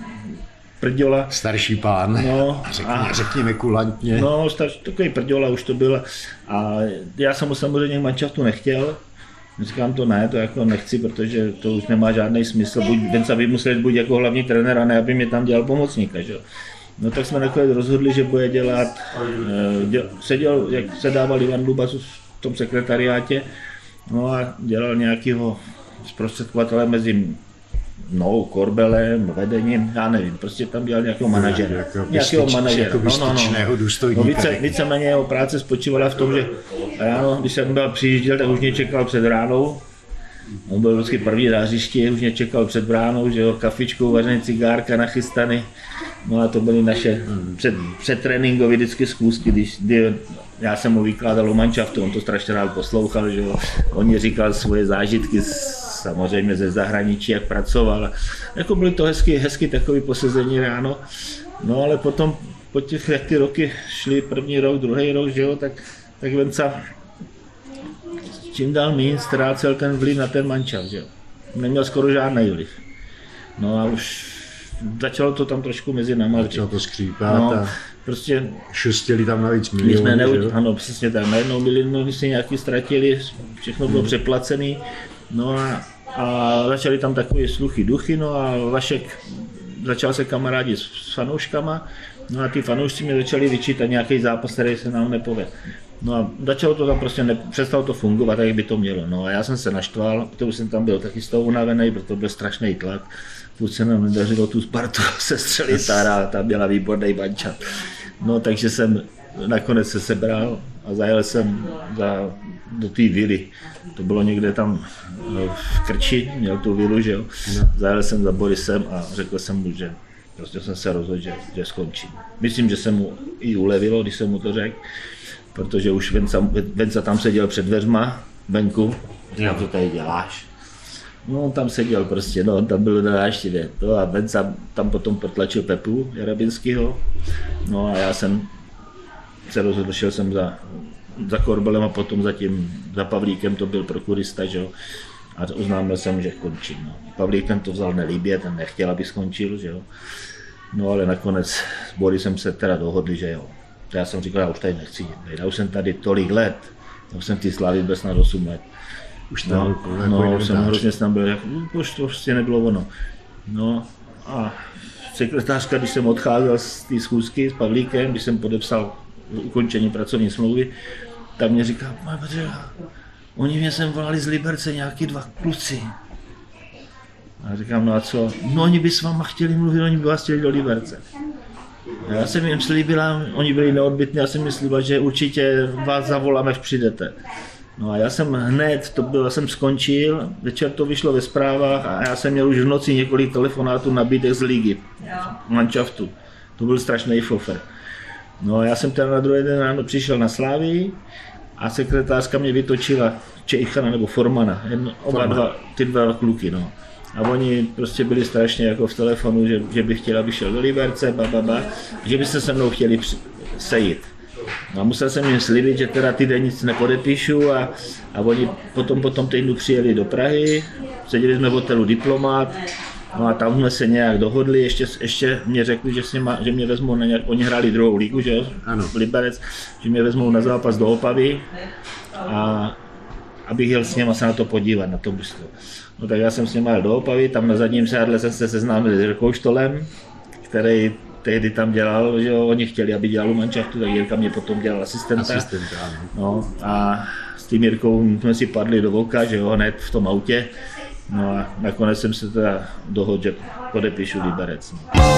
prděla. Starší pán, no, řekně, a, řekněme kulantně. No, starší, takový prděla už to byl. A já jsem mu samozřejmě k manšaftu nechtěl. Říkám to ne, to jako nechci, protože to už nemá žádný smysl. Buď Venca by musel být buď jako hlavní trenér, a ne aby mě tam dělal pomocníka, že jo. No tak jsme nakonec rozhodli, že bude dělat, děl, seděl, jak se dával Ivan Lubas v tom sekretariátě, no a dělal nějakého zprostředkovatele mezi mnou, Korbelem, vedením, já nevím, prostě tam dělal nějakého manažera. Jako nějakého manažera, jako no, no, no. důstojníka. No, více, víceméně jeho práce spočívala v tom, že ráno, když jsem byl přijížděl, tak už mě čekal před ránou. On byl vždycky první na hřišti, už mě čekal před bránou, že jo, kafičkou, vařený cigárka nachystaný. No a to byly naše před, předtréninkové vždycky zkoušky, když kdy já jsem mu vykládal o manšaftu, on to strašně rád poslouchal, že jo. On mi říkal svoje zážitky samozřejmě ze zahraničí, jak pracoval. Jako byly to hezky, hezky takový posezení ráno. No ale potom po těch, jak ty roky šly, první rok, druhý rok, že jo, tak, tak Venca čím dál méně ztrácel ten vliv na ten manšaft, že jo. Neměl skoro žádný vliv. No a už začalo to tam trošku mezi náma. Začalo to skřípat no, a prostě šustili tam navíc miliony, jsme neud... Ano, přesně tak, najednou miliony si nějaký ztratili, všechno bylo hmm. přeplacený. No a, a začali tam takové sluchy duchy, no a Vašek začal se kamarádit s fanouškama, no a ty fanoušci mě začali vyčítat nějaký zápas, který se nám nepovedl. No a začalo to tam prostě, ne, přestalo to fungovat, tak jak by to mělo. No a já jsem se naštval, protože jsem tam byl taky z toho unavený, protože byl strašný tlak. Furt se nám nedařilo tu Spartu sestřelit, ta, ta měla výborný mančat. No takže jsem nakonec se sebral a zajel jsem za, do té vily. To bylo někde tam v Krči, měl tu vilu, že jo. Zajel jsem za Borisem a řekl jsem mu, že prostě jsem se rozhodl, že, že skončím. Myslím, že se mu i ulevilo, když jsem mu to řekl, protože už Venca, Venca tam seděl před dveřma venku, a co tady děláš? No on tam seděl prostě, no on tam byl na návštěvě, no a Venca tam potom protlačil Pepu Jarabinskýho, no a já jsem se rozhodl, šel jsem za, za Korbelem a potom za tím, za Pavlíkem, to byl prokurista, že jo, a oznámil jsem, že končím, no. Pavlík ten to vzal nelíbě, ten nechtěl, aby skončil, že jo, no ale nakonec s Borisem se teda dohodli, že jo. Já jsem říkal, já už tady nechci jít, já už jsem tady tolik let, já už jsem v té Slavii byl snad osm let. Už tam no, no jsem hrozně tam byl, jak, už to prostě nebylo ono. No a sekretářka, když jsem odcházel z té schůzky s Pavlíkem, když jsem podepsal ukončení pracovní smlouvy, tak mě říká, oni mě sem volali z Liberce nějaký dva kluci. A říkám, no a co? No oni by s váma chtěli mluvit, oni by vás chtěli do Liberce. Já jsem jim slíbila, oni byli neodbytní, já jsem jim slíbila, že určitě vás zavoláme, až přijdete. No a já jsem hned, to bylo, jsem skončil, večer to vyšlo ve zprávách a já jsem měl už v noci několik telefonátů nabídek z ligy, manšaftu. To byl strašný fofer. No a já jsem teda na druhý den ráno přišel na Slávii a sekretářka mě vytočila Čejchana nebo Formana, jedno, oba dva, ty dva kluky, no. A oni prostě byli strašně jako v telefonu, že, že by chtěla, aby šel do Liberce, bababa, že by se se mnou chtěli sejít. No a musel jsem jim slíbit, že teda týden nic nepodepíšu a, a oni potom po tom týdnu přijeli do Prahy, seděli jsme v hotelu Diplomát, no a tam jsme se nějak dohodli, ještě, ještě mě řekli, že, nima, že mě vezmou na nějak, oni hráli druhou ligu, že jo, Liberec, že mě vezmou na zápas do Opavy a abych jel s něma se na to podívat, na to mužstvo. No tak já jsem s něma jel do Opavy, tam na zadním sádle jsem se seznámil s Jirkou Štolem, který tehdy tam dělal, že jo, oni chtěli, aby dělal u manšaftu, tak Jirka mě potom dělal asistenta. Asistenta, no a s tím Jirkou jsme si padli do voka, že jo, hned v tom autě. No a nakonec jsem se teda dohodl, že podepíšu Liberec.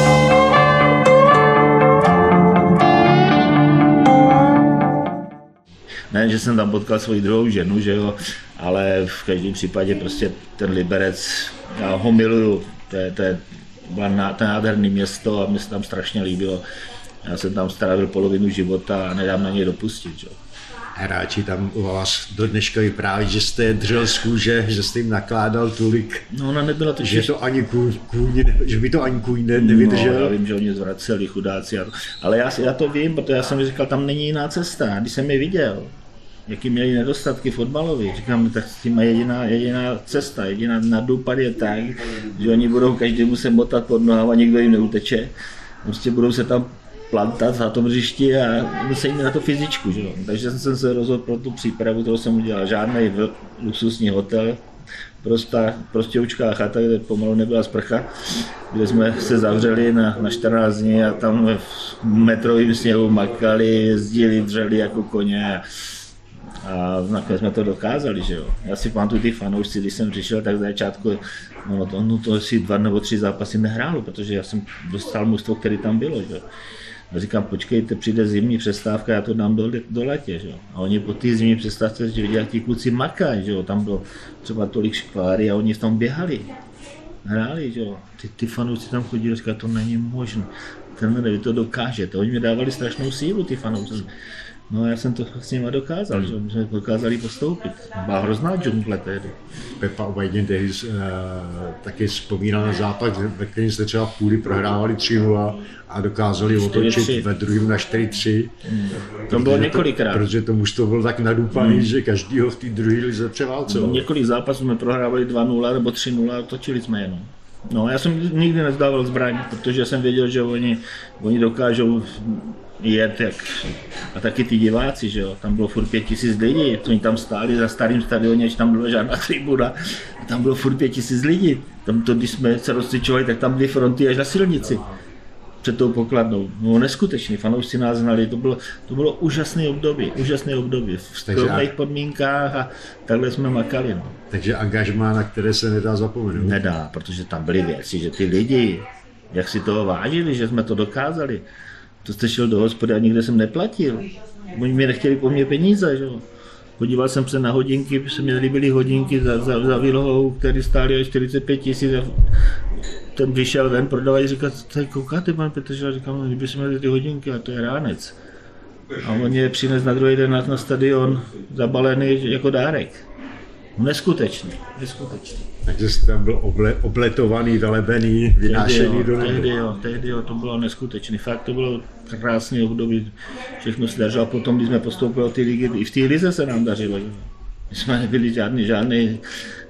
Ne, že jsem tam potkal svoji druhou ženu, že jo, ale v každém případě prostě ten Liberec, já ho miluju, to je, to je bylo nádherné město a mě se tam strašně líbilo. Já jsem tam strávil polovinu života a nedám na něj dopustit. Že? Hráči tam u vás do dneška vypráví, že jste je držel z kůže, že jste jim nakládal tolik, no, ona nebyla to že, to ani kůň, kůň, že by to ani kůň ne, nevydržel. No, já vím, že oni zvraceli chudáci, ale já, já to vím, protože já jsem říkal, tam není jiná cesta, když jsem je viděl, jaký měli nedostatky fotbaloví. Říkám, tak s tím má jediná, jediná cesta, jediná nadupad je tak, že oni budou každému se motat pod nohama a nikdo jim neuteče. Prostě budou se tam plantat na tom hřišti a musí jim na to fyzičku. Že? Takže jsem se rozhodl pro tu přípravu, kterou jsem udělal. Žádný luxusní hotel, prostá, prostěučká chata, kde pomalu nebyla sprcha, kde jsme se zavřeli na, na čtrnáct dní a tam v metrovém sněhu makali, jezdili, dřeli jako koně. A nakonec jsme to dokázali, že jo. Já si pamatuju ty fanoušci, když jsem přišel, tak v začátku, no to, no to si dva nebo tři zápasy nehrálo, protože já jsem dostal mužstvo, který tam bylo, že jo. A říkám, počkejte, přijde zimní přestávka, já to dám do, do letě, že jo. A oni po té zimní přestávce, že viděli, jak ti kluci makají, že jo. Tam bylo třeba tolik škváry a oni v tom běhali, hráli, že jo. Ty, ty fanoušci tam chodili, říkali, to není možné, ten vy to dokážete. Oni mi dávali strašnou sílu, ty fanoušci. No já jsem to s nima dokázal, že jsme dokázali postoupit. Byla hrozná džungle tehdy. Pepa Obajdin tehdy uh, taky vzpomínal na zápas, ve kterém jste třeba v půli prohrávali tři nula a dokázali otočit ve druhém na čtyři tři. Hmm. To bylo několikrát. To, protože to mužstvo bylo tak nadupaný, hmm. že každýho v té druhé lize převálcoval. Několik zápasů jsme prohrávali dva nula nebo tři nula a točili jsme jenom. No já jsem nikdy nezdával zbraň, protože jsem věděl, že oni, oni dokážou jet jak, a taky ty diváci, že jo, tam bylo furt pět tisíc lidí, oni tam stáli za starým stadioně, až tam byla žádná tribuna, tam bylo furt pět tisíc lidí, tam to, když jsme se rozcvičovali, tak tam byly fronty až na silnici před tou pokladnou, no neskutečný, fanoušci nás znali, to bylo, to bylo úžasné období, úžasné období, v skromných podmínkách a takhle jsme makali. No. Takže angažmá, na které se nedá zapomenout. Nedá, protože tam byly věci, že ty lidi, jak si toho vážili, že jsme to dokázali. To jste šel do hospody a nikde jsem neplatil. Oni mi nechtěli po mně peníze, že jo. Podíval jsem se na hodinky, se mi líbily hodinky za, za, za výlohou, které stály až čtyřicet pět tisíc. Ten vyšel ven prodavač a říkal, tady koukáte, pan Petře, a říkám, no, kdyby jsme měli ty hodinky, a to je ránec. A on je přines na druhý den na, na stadion zabalený jako dárek. Neskutečný, neskutečný. Takže jste tam byl oble, obletovaný, velebený, vynášený do nebe. Tehdy jo, tehdy jo, to bylo neskutečný. Fakt to bylo krásné období, všechno se dařilo. Potom, když jsme postoupili do té ligy, i v té lize se nám dařilo. Že? My jsme nebyli žádný, žádný,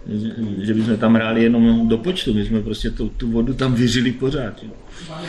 že bychom tam hráli jenom do počtu, my jsme prostě tu, tu vodu tam vyřili pořád. Jo.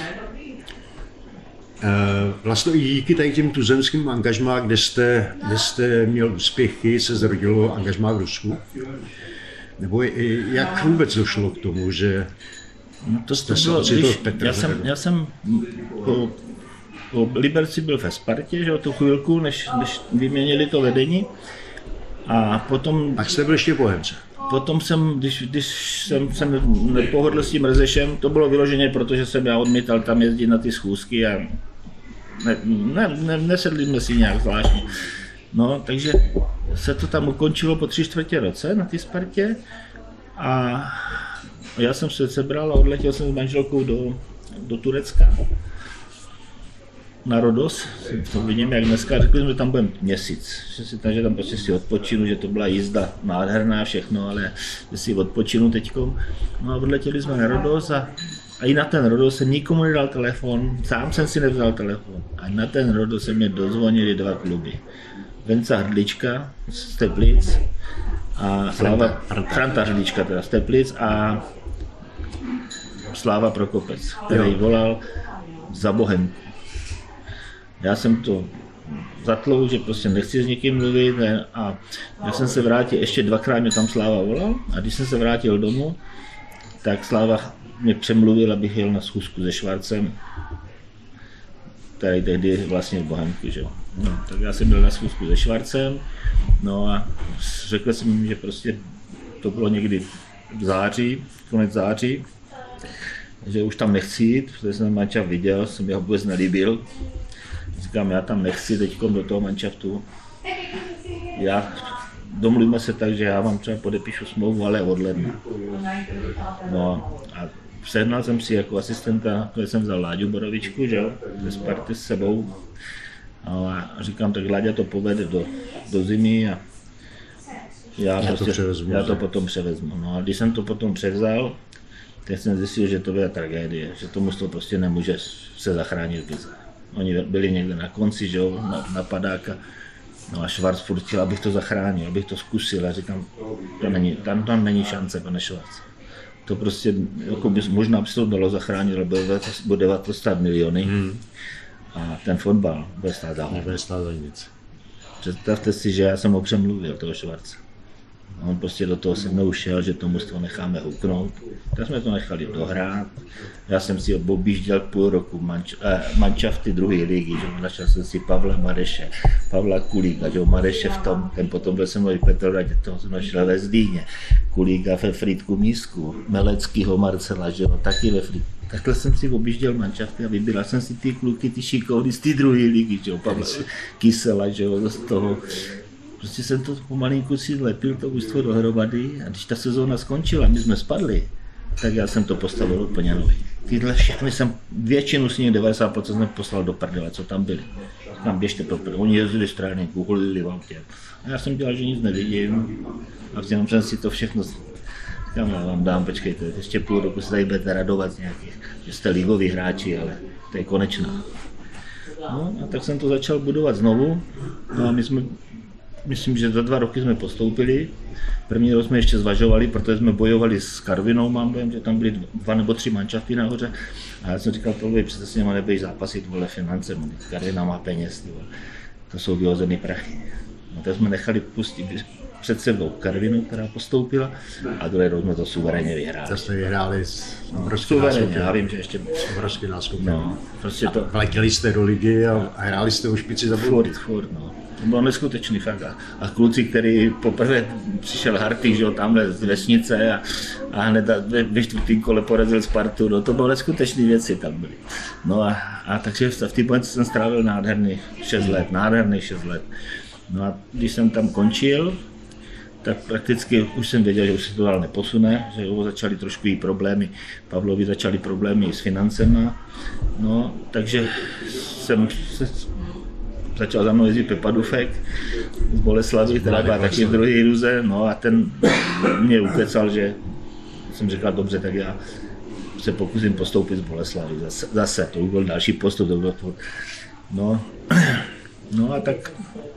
Vlastně i díky tady těm tuzemským angažmá, kde jste, kde jste měl úspěchy, se zrodilo angažmá v Rusku? Nebo jak vůbec došlo k tomu, že no to jste se ocitl v Petrohradu? Já jsem po, po Liberci byl ve Spartě, že, tu chvilku, než, než vyměnili to vedení. A potom... A jste byl ještě Bohemce? Potom jsem, když, když jsem, jsem nepohodl s tím Rezešem, to bylo vyloženě, protože jsem já odmítal tam jezdit na ty schůzky a ne, ne, ne, nesedli jsme si nějak zvláštně. No, takže se to tam ukončilo po tři čtvrtě roce na té Spartě a já jsem se sebral a odletěl jsem s manželkou do, do Turecka. Na Rodos, to vidím jak dneska, řekli jsme, že tam budeme měsíc, že, si, že tam prostě si odpočinu, že to byla jízda nádherná všechno, ale že si odpočinu teďkom. No a odletěli jsme na Rodos a, a i na ten Rodos jsem nikomu nedal telefon, sám jsem si nevzal telefon. A na ten Rodos se mě dozvonili dva kluby. Venca Hrdlička z Teplic a Sláva, Franta Hrdlička teda z Teplic a Sláva Prokopec, který volal za Bohemku. Já jsem to zatlou, že prostě nechci s někým mluvit a jak jsem se vrátil, ještě dvakrát mě tam Sláva volal a když jsem se vrátil domů, tak Sláva mě přemluvil, abych jel na schůzku se Švarcem, tady tehdy vlastně v Bohemku, že jo. No, tak já jsem byl na schůzku se Švarcem, no a řekl jsem jim, že prostě to bylo někdy v září, konec září, že už tam nechci jít, protože jsem mančaft viděl, jsem mě ho vůbec nelíbil. Říkám, já tam nechci teďkom do toho mančaftu. Já, domluvíme se tak, že já vám třeba podepíšu smlouvu, ale od ledna. No a sehnal jsem si jako asistenta, když jsem vzal Láďu Borovičku, že jo, ze Sparty s sebou. A říkám, tak Láďa to povede do, do zimy a já, já, prostě, to já to potom převezmu. No a když jsem to potom převzal, tak jsem zjistil, že to byla tragédie, že to mužstvo prostě nemůže se zachránit v lize. Oni byli někde na konci, že jo, na, na padáka. No a Švarc furt chtěl, abych to zachránil, abych to zkusil. A říkám, to není, tam, tam není šance, pane Švarc. To prostě, jako by, možná by se to dalo zachránit, ale bude to stát miliony. Hmm. A ten fotbal bude stát za nebude stát za nic. Představte si, že já jsem ho přemluvil, toho Švarce. On prostě do toho se mnou šel, že to mužstvo necháme huknout. Tak jsme to nechali dohrát. Já jsem si objížděl půl roku manč, eh, mančafty druhé ligy, že našel jsem si Pavla Mareše, Pavla Kulíka, že Mareše v tom, ten potom byl se mnou v Petrohradě, toho jsem našel ve Zdíně, Kulíka ve Frýdku Mísku, Meleckýho Marcela, že jo, taky ve Frýdku. Takhle jsem si objížděl mančafty a vybíral jsem si ty kluky, ty šikovný z té druhé ligy, že jo, Pavla Kysela, že jo, z toho. Prostě jsem to pomalinku si lepil to ústvo dohromady a když ta sezóna skončila, my jsme spadli, tak já jsem to postavil úplně nový. Tyhle všechny jsem, většinu z nich, devadesát procent jsem poslal do prdele, co tam byli. Tam běžte pro prdele, oni jezdili z tréninku, hulili v autě. A já jsem dělal, že nic nevidím a jenom jsem si to všechno, kam já vám dám, počkejte, ještě půl roku se tady budete radovat z nějakých, že jste ligoví hráči, ale to je konečná. No a tak jsem to začal budovat znovu, no a my jsme myslím, že za dva roky jsme postoupili. První rok jsme ještě zvažovali, protože jsme bojovali s Karvinou, mám dojem, že tam byly dva nebo tři mančafty nahoře. A já jsem říkal, tohle přece s nimi nebudeš zápasit, vole, finance, Karvina má peněz, tyhle. To jsou vyhozený prachy. No, tak jsme nechali pustit před sebou Karvinu, která postoupila, a druhý rok jsme to suverénně vyhráli. To jste vyhráli s obrovským suverénně, já vím, že ještě obrovský náskok. No, prostě to... Vletěli jste do ligy a hráli jste u špici za furt, furt, no. To bylo neskutečný fakt. A kluci, který poprvé přišel Hartig, že jo, tamhle z vesnice a, a hned ve, ve čtvrtém kole porazil Spartu, no to bylo neskutečné věci tam byly. No a, a takže v té Bohemce jsem strávil nádherných šest let, nádherných šest let. No a když jsem tam končil, tak prakticky už jsem věděl, že už se to dál neposune, že jo, začaly trošku jí problémy, Pavlovi začaly problémy s financema, no takže jsem se začal za mnou jezdit Pepa Dufek z Boleslavy, která byla taky v druhé lize, no a ten mě ukecal, že jsem říkal, dobře, tak já se pokusím postoupit z Boleslavy zase, zase to byl další postup, to bylo to. No, no a tak,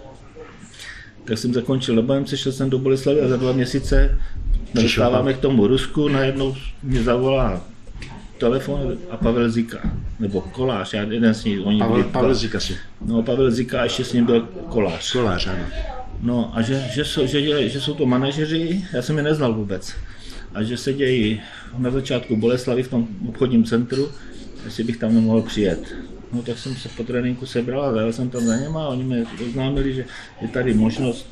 tak jsem zakončil do Bohemce, šel jsem do Boleslavy a za dva měsíce dostáváme k tomu Rusku, najednou mě zavolá telefon a Pavel Zika, nebo Kolář, já jeden z nich, oni Pavel, byli Pavel Zika si. No, Pavel Zika a ještě s ním byl Kolář. Kolář, ano. No a že, že, jsou, že, že jsou to manažeři, já jsem je neznal vůbec. A že se dějí na začátku Boleslavy v tom obchodním centru, jestli bych tam nemohl přijet. No tak jsem se po tréninku sebral a zajel jsem tam za něma a oni mi oznámili, že je tady možnost,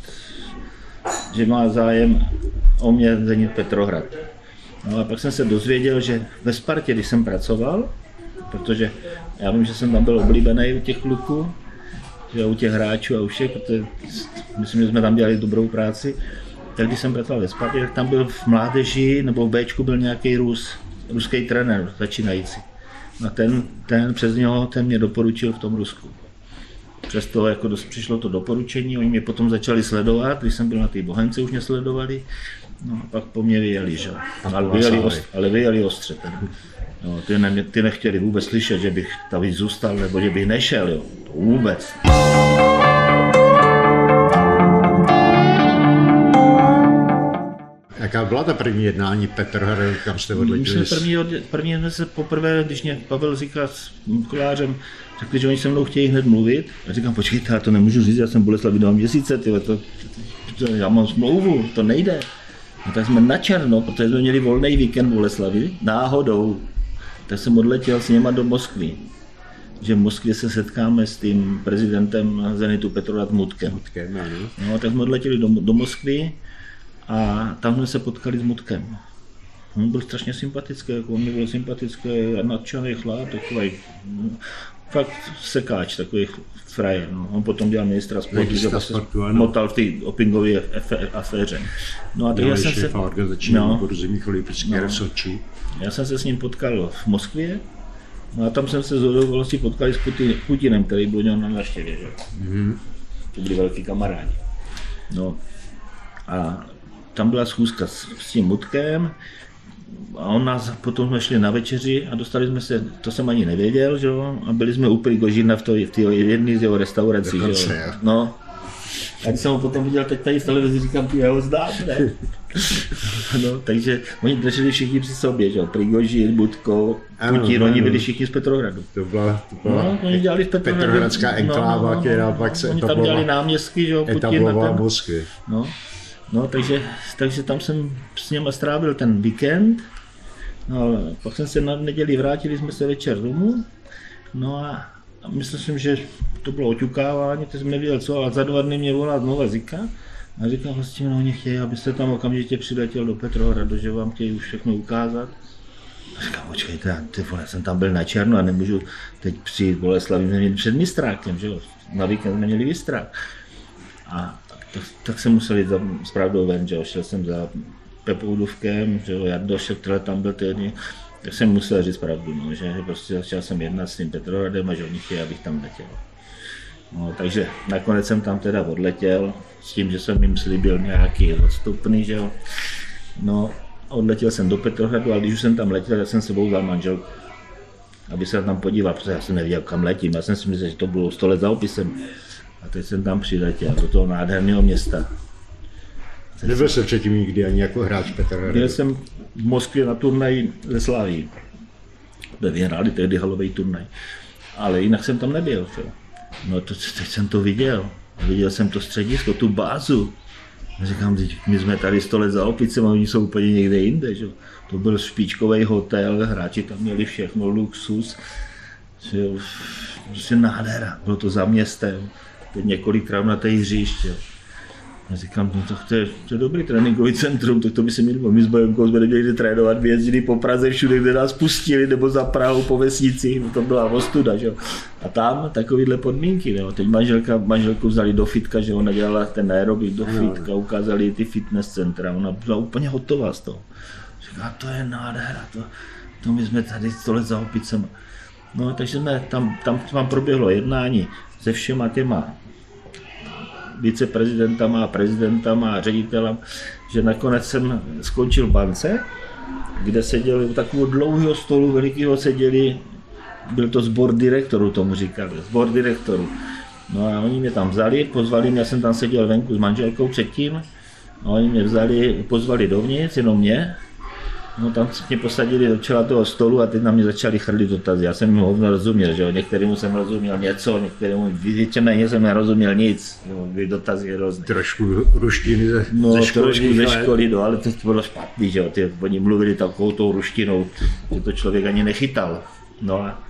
že má zájem o mě Zenit Petrohrad. No a pak jsem se dozvěděl, že ve Spartě, když jsem pracoval, protože já vím, že jsem tam byl oblíbený u těch kluků, že u těch hráčů a u všech, protože myslím, že jsme tam dělali dobrou práci, tak když jsem pracoval ve Spartě, tak tam byl v mládeži nebo v Bčku byl nějaký Rus, ruský trenér začínající. A ten, ten přes něho, ten mě doporučil v tom Rusku. Přesto jako dost, přišlo to doporučení, oni mě potom začali sledovat, když jsem byl na té Bohemce, už mě sledovali, no a pak po mně vyjeli, že? Ale vyjeli, ost, ale vyjeli ostře. No, ty, ne, ty nechtěli vůbec slyšet, že bych tady zůstal, nebo že bych nešel, jo. To vůbec. Jaká byla ta první jednání Petrohradu, kam jste odletěli? První, první jsme se poprvé, když mě Pavel říká s Mikulářem, řekli, že oni se mnou chtějí hned mluvit. A říkám, počkejte, já to nemůžu říct, já jsem Boleslavi dva měsíce, tyhle, to, to, já mám smlouvu, to nejde. No tak jsme na černo, protože jsme měli volný víkend v Boleslavi, náhodou. Tak jsem odletěl s něma do Moskvy. Že v Moskvě se setkáme s tím prezidentem Zenitu Petrohrad Mutkem. Mutkem, ano. No, tak jsme odletěli do, do Moskvy a tam jsme se potkali s Mutkem. On byl strašně sympatický, jako on byl sympatický a nadšený chlap, takový fakt sekáč, takový frajer. No. On potom dělal ministra sportu, že se motal v té dopingové aféře. No a tak já jsem se... No, no, já jsem se s ním potkal v Moskvě. No a tam jsem se z okolností potkali s Putinem, který byl měl na návštěvě, že? Mm-hmm. To byli velký kamarádi. No a tam byla schůzka s, s tím Mutkem a on nás, potom jsme šli na večeři a dostali jsme se, to jsem ani nevěděl, že jo, a byli jsme u Prigožina v té jedné z jeho restaurací, že jo. No. A když jsem ho potom viděl teď tady v televizi, říkám, ty já ho znám, ne? No, takže oni drželi všichni při sobě, že jo, Prigožin, Mutko, Putin, oni byli všichni z Petrohradu. To byla, to byla no, oni dělali v Petrohradu. Petrohradská enkláva, no, no, která pak se oni tam dělali náměstky, že jo, Putin na ten. Moskvy. No, no takže, takže tam jsem s něma strávil ten víkend, no ale pak jsem se na neděli vrátili jsme se večer domů, no a A myslím, že to bylo oťukávání, teď jsem nevěděl co, ale za dva dny mě volá znova Zika a říkám vlastně, no oni chtějí, abyste tam okamžitě přiletěl do Petrohradu, že vám chtějí už všechno ukázat. A říkám, počkejte, ty vole, jsem tam byl na černo a nemůžu teď přijít Boleslavi, jsme měli před mistrákem, že jo, na víkend jsme měli mistrák. A tak, tak jsem musel jít za zpravdou ven, že jo, šel jsem za Pepou Duvkem, že jo, Jardo Šeptele tam byl týdny. Tak jsem musel říct pravdu, no, že prostě začal jsem jednat s tím Petrohradem a že oni chtějí, abych tam letěl. No, takže nakonec jsem tam teda odletěl s tím, že jsem jim slíbil nějaký odstupný, že jo. No, odletěl jsem do Petrohradu, ale když už jsem tam letěl, tak jsem sebou vzal manželku, aby se tam podíval, protože já jsem nevěděl, kam letím. Já jsem si myslel, že to bylo sto let za opisem. A teď jsem tam přiletěl do toho nádherného města. Nebyl jsem předtím nikdy ani jako hráč Petrohradu. Byl jsem v Moskvě na turnaj ze Slaví, kde vyhráli tehdy halový turnaj, ale jinak jsem tam nebyl. Čo? No to, teď jsem to viděl, viděl jsem to středisko, tu bázu. A říkám, my jsme tady sto let za opicem a oni jsou úplně někde jinde. Že? To byl špičkový hotel, hráči tam měli všechno, luxus, prostě nádhera, bylo to za městem, teď několik travnatých hřišť. Já říkám, no to je, to je dobrý tréninkový centrum, tak to by se mělo, my s Bojemkou jsme neměli trénovat, vyjezdili po Praze všude, kde nás pustili, nebo za Prahou po vesnici, no to byla ostuda, že jo. A tam takovýhle podmínky, jo. Teď manželka, manželku vzali do fitka, že ona dělala ten aerobik do fitka, ukázali ty fitness centra, ona byla úplně hotová z toho. Říká, to je nádhera, to, to my jsme tady sto let za opicema. No takže jsme, tam, tam, tam proběhlo jednání se všema těma viceprezidentama, prezidentama a ředitelem, že nakonec jsem skončil v bance, kde seděli u takového dlouhého stolu velikého seděli, byl to sbor direktorů, tomu říkali, sbor direktorů. No a oni mě tam vzali, pozvali mě, já jsem tam seděl venku s manželkou předtím, a oni mě vzali, pozvali dovnitř, jenom mě. No tam mě posadili do čela toho stolu a teď na mě začali chrlit dotazy. Já jsem jim hovno rozuměl, že jo, některému jsem rozuměl něco, některému víceméně jsem nerozuměl nic, jo, byly dotazy hrozné. Trošku ruštiny ze, no, ze školy. trošku ze školy, no, ale to bylo špatný, že jo, ty, oni mluvili takovou tou ruštinou, že to člověk ani nechytal. No a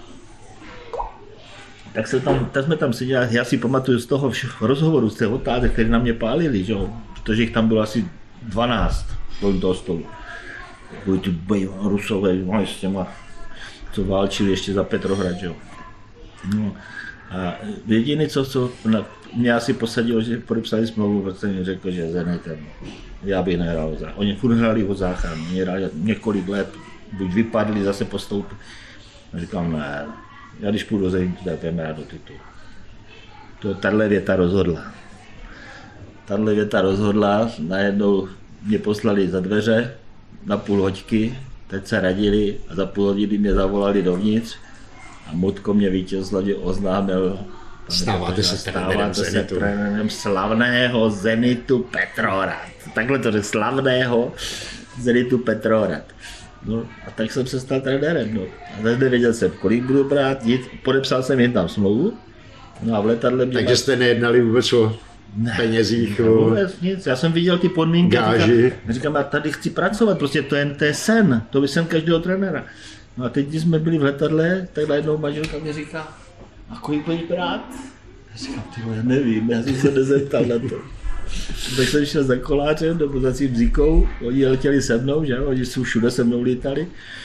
tak, se tam, tak jsme tam seděli, já si pamatuju z toho rozhovoru, z těch otázek, které na mě pálili, že jo, protože jich tam bylo asi dvanáct kolem toho stolu. Byli ty Rusové, no, s těma, co válčili ještě za Petrohrad, jo. No, a jediné, co, co na, mě asi posadilo, že podepsali smlouvu, protože mi řekl, že Zenitem, já bych nehrál o záchranu. Oni furt hráli o záchranu, oni hráli několik let, buď vypadli, zase postoupili. A říkám, ne, já když půjdu do Zenitu, tak jdeme rád do titulu. To tahle věta rozhodla. Tahle věta rozhodla, najednou mě poslali za dveře, na půl hoďky, teď se radili a za půl hodiny mě zavolali dovnitř a Mutko mě vítězslavě oznámil Stáváte se trenérem Zenitu. trenérem slavného Zenitu Petrohrad. Takhle to je, slavného Zenitu Petrohrad. No a tak jsem se stal trenérem. No. A teď nevěděl jsem, kolik budu brát, nic. Podepsal jsem jen tam smlouvu. No a v letadle mě... Takže jste nejednali vůbec o ne, penězích? Ne, vůbec nic. Já jsem viděl ty podmínky. Gáži. Říkám, říkám, já tady chci pracovat, prostě to je, to je sen. To by sen každého trenéra. No a teď, když jsme byli v letadle, tak najednou manželka mě říká, a kolik budeš brát? Já říkám, ty já nevím, já jsem se nezeptal na to. Tak jsem šel za kolářem, nebo za tím Zikou, oni letěli se mnou, že? Oni jsou všude se mnou lítali.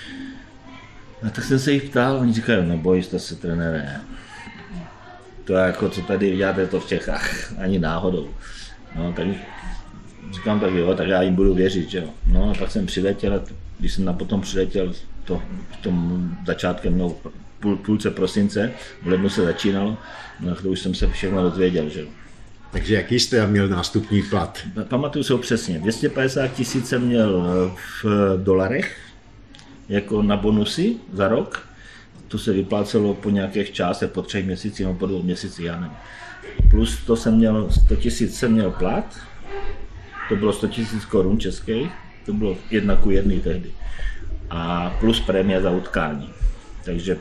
A tak jsem se jich ptal, oni říkají, neboj, jste se trenére. To je jako, co tady děláte to v Čechách, ani náhodou. No, tak říkám, tak jo, tak já jim budu věřit, že jo. No a pak jsem přiletěl, a když jsem na potom přiletěl to, v tom začátkem, no, půl, půlce prosince, v lednu se začínalo, no to už jsem se všechno dozvěděl, že jo. Takže jaký jste měl nástupní plat? Pamatuju se ho přesně, dvě stě padesát tisíc jsem měl v dolarech, jako na bonusy za rok. To se vyplácelo po nějakých částech, po třech měsících, nebo po dvou měsících, já nevím. Plus to jsem měl, sto tisíc jsem měl plat, to bylo sto tisíc korun českých, to bylo jedna ku jedný tehdy. A plus prémie za utkání. Takže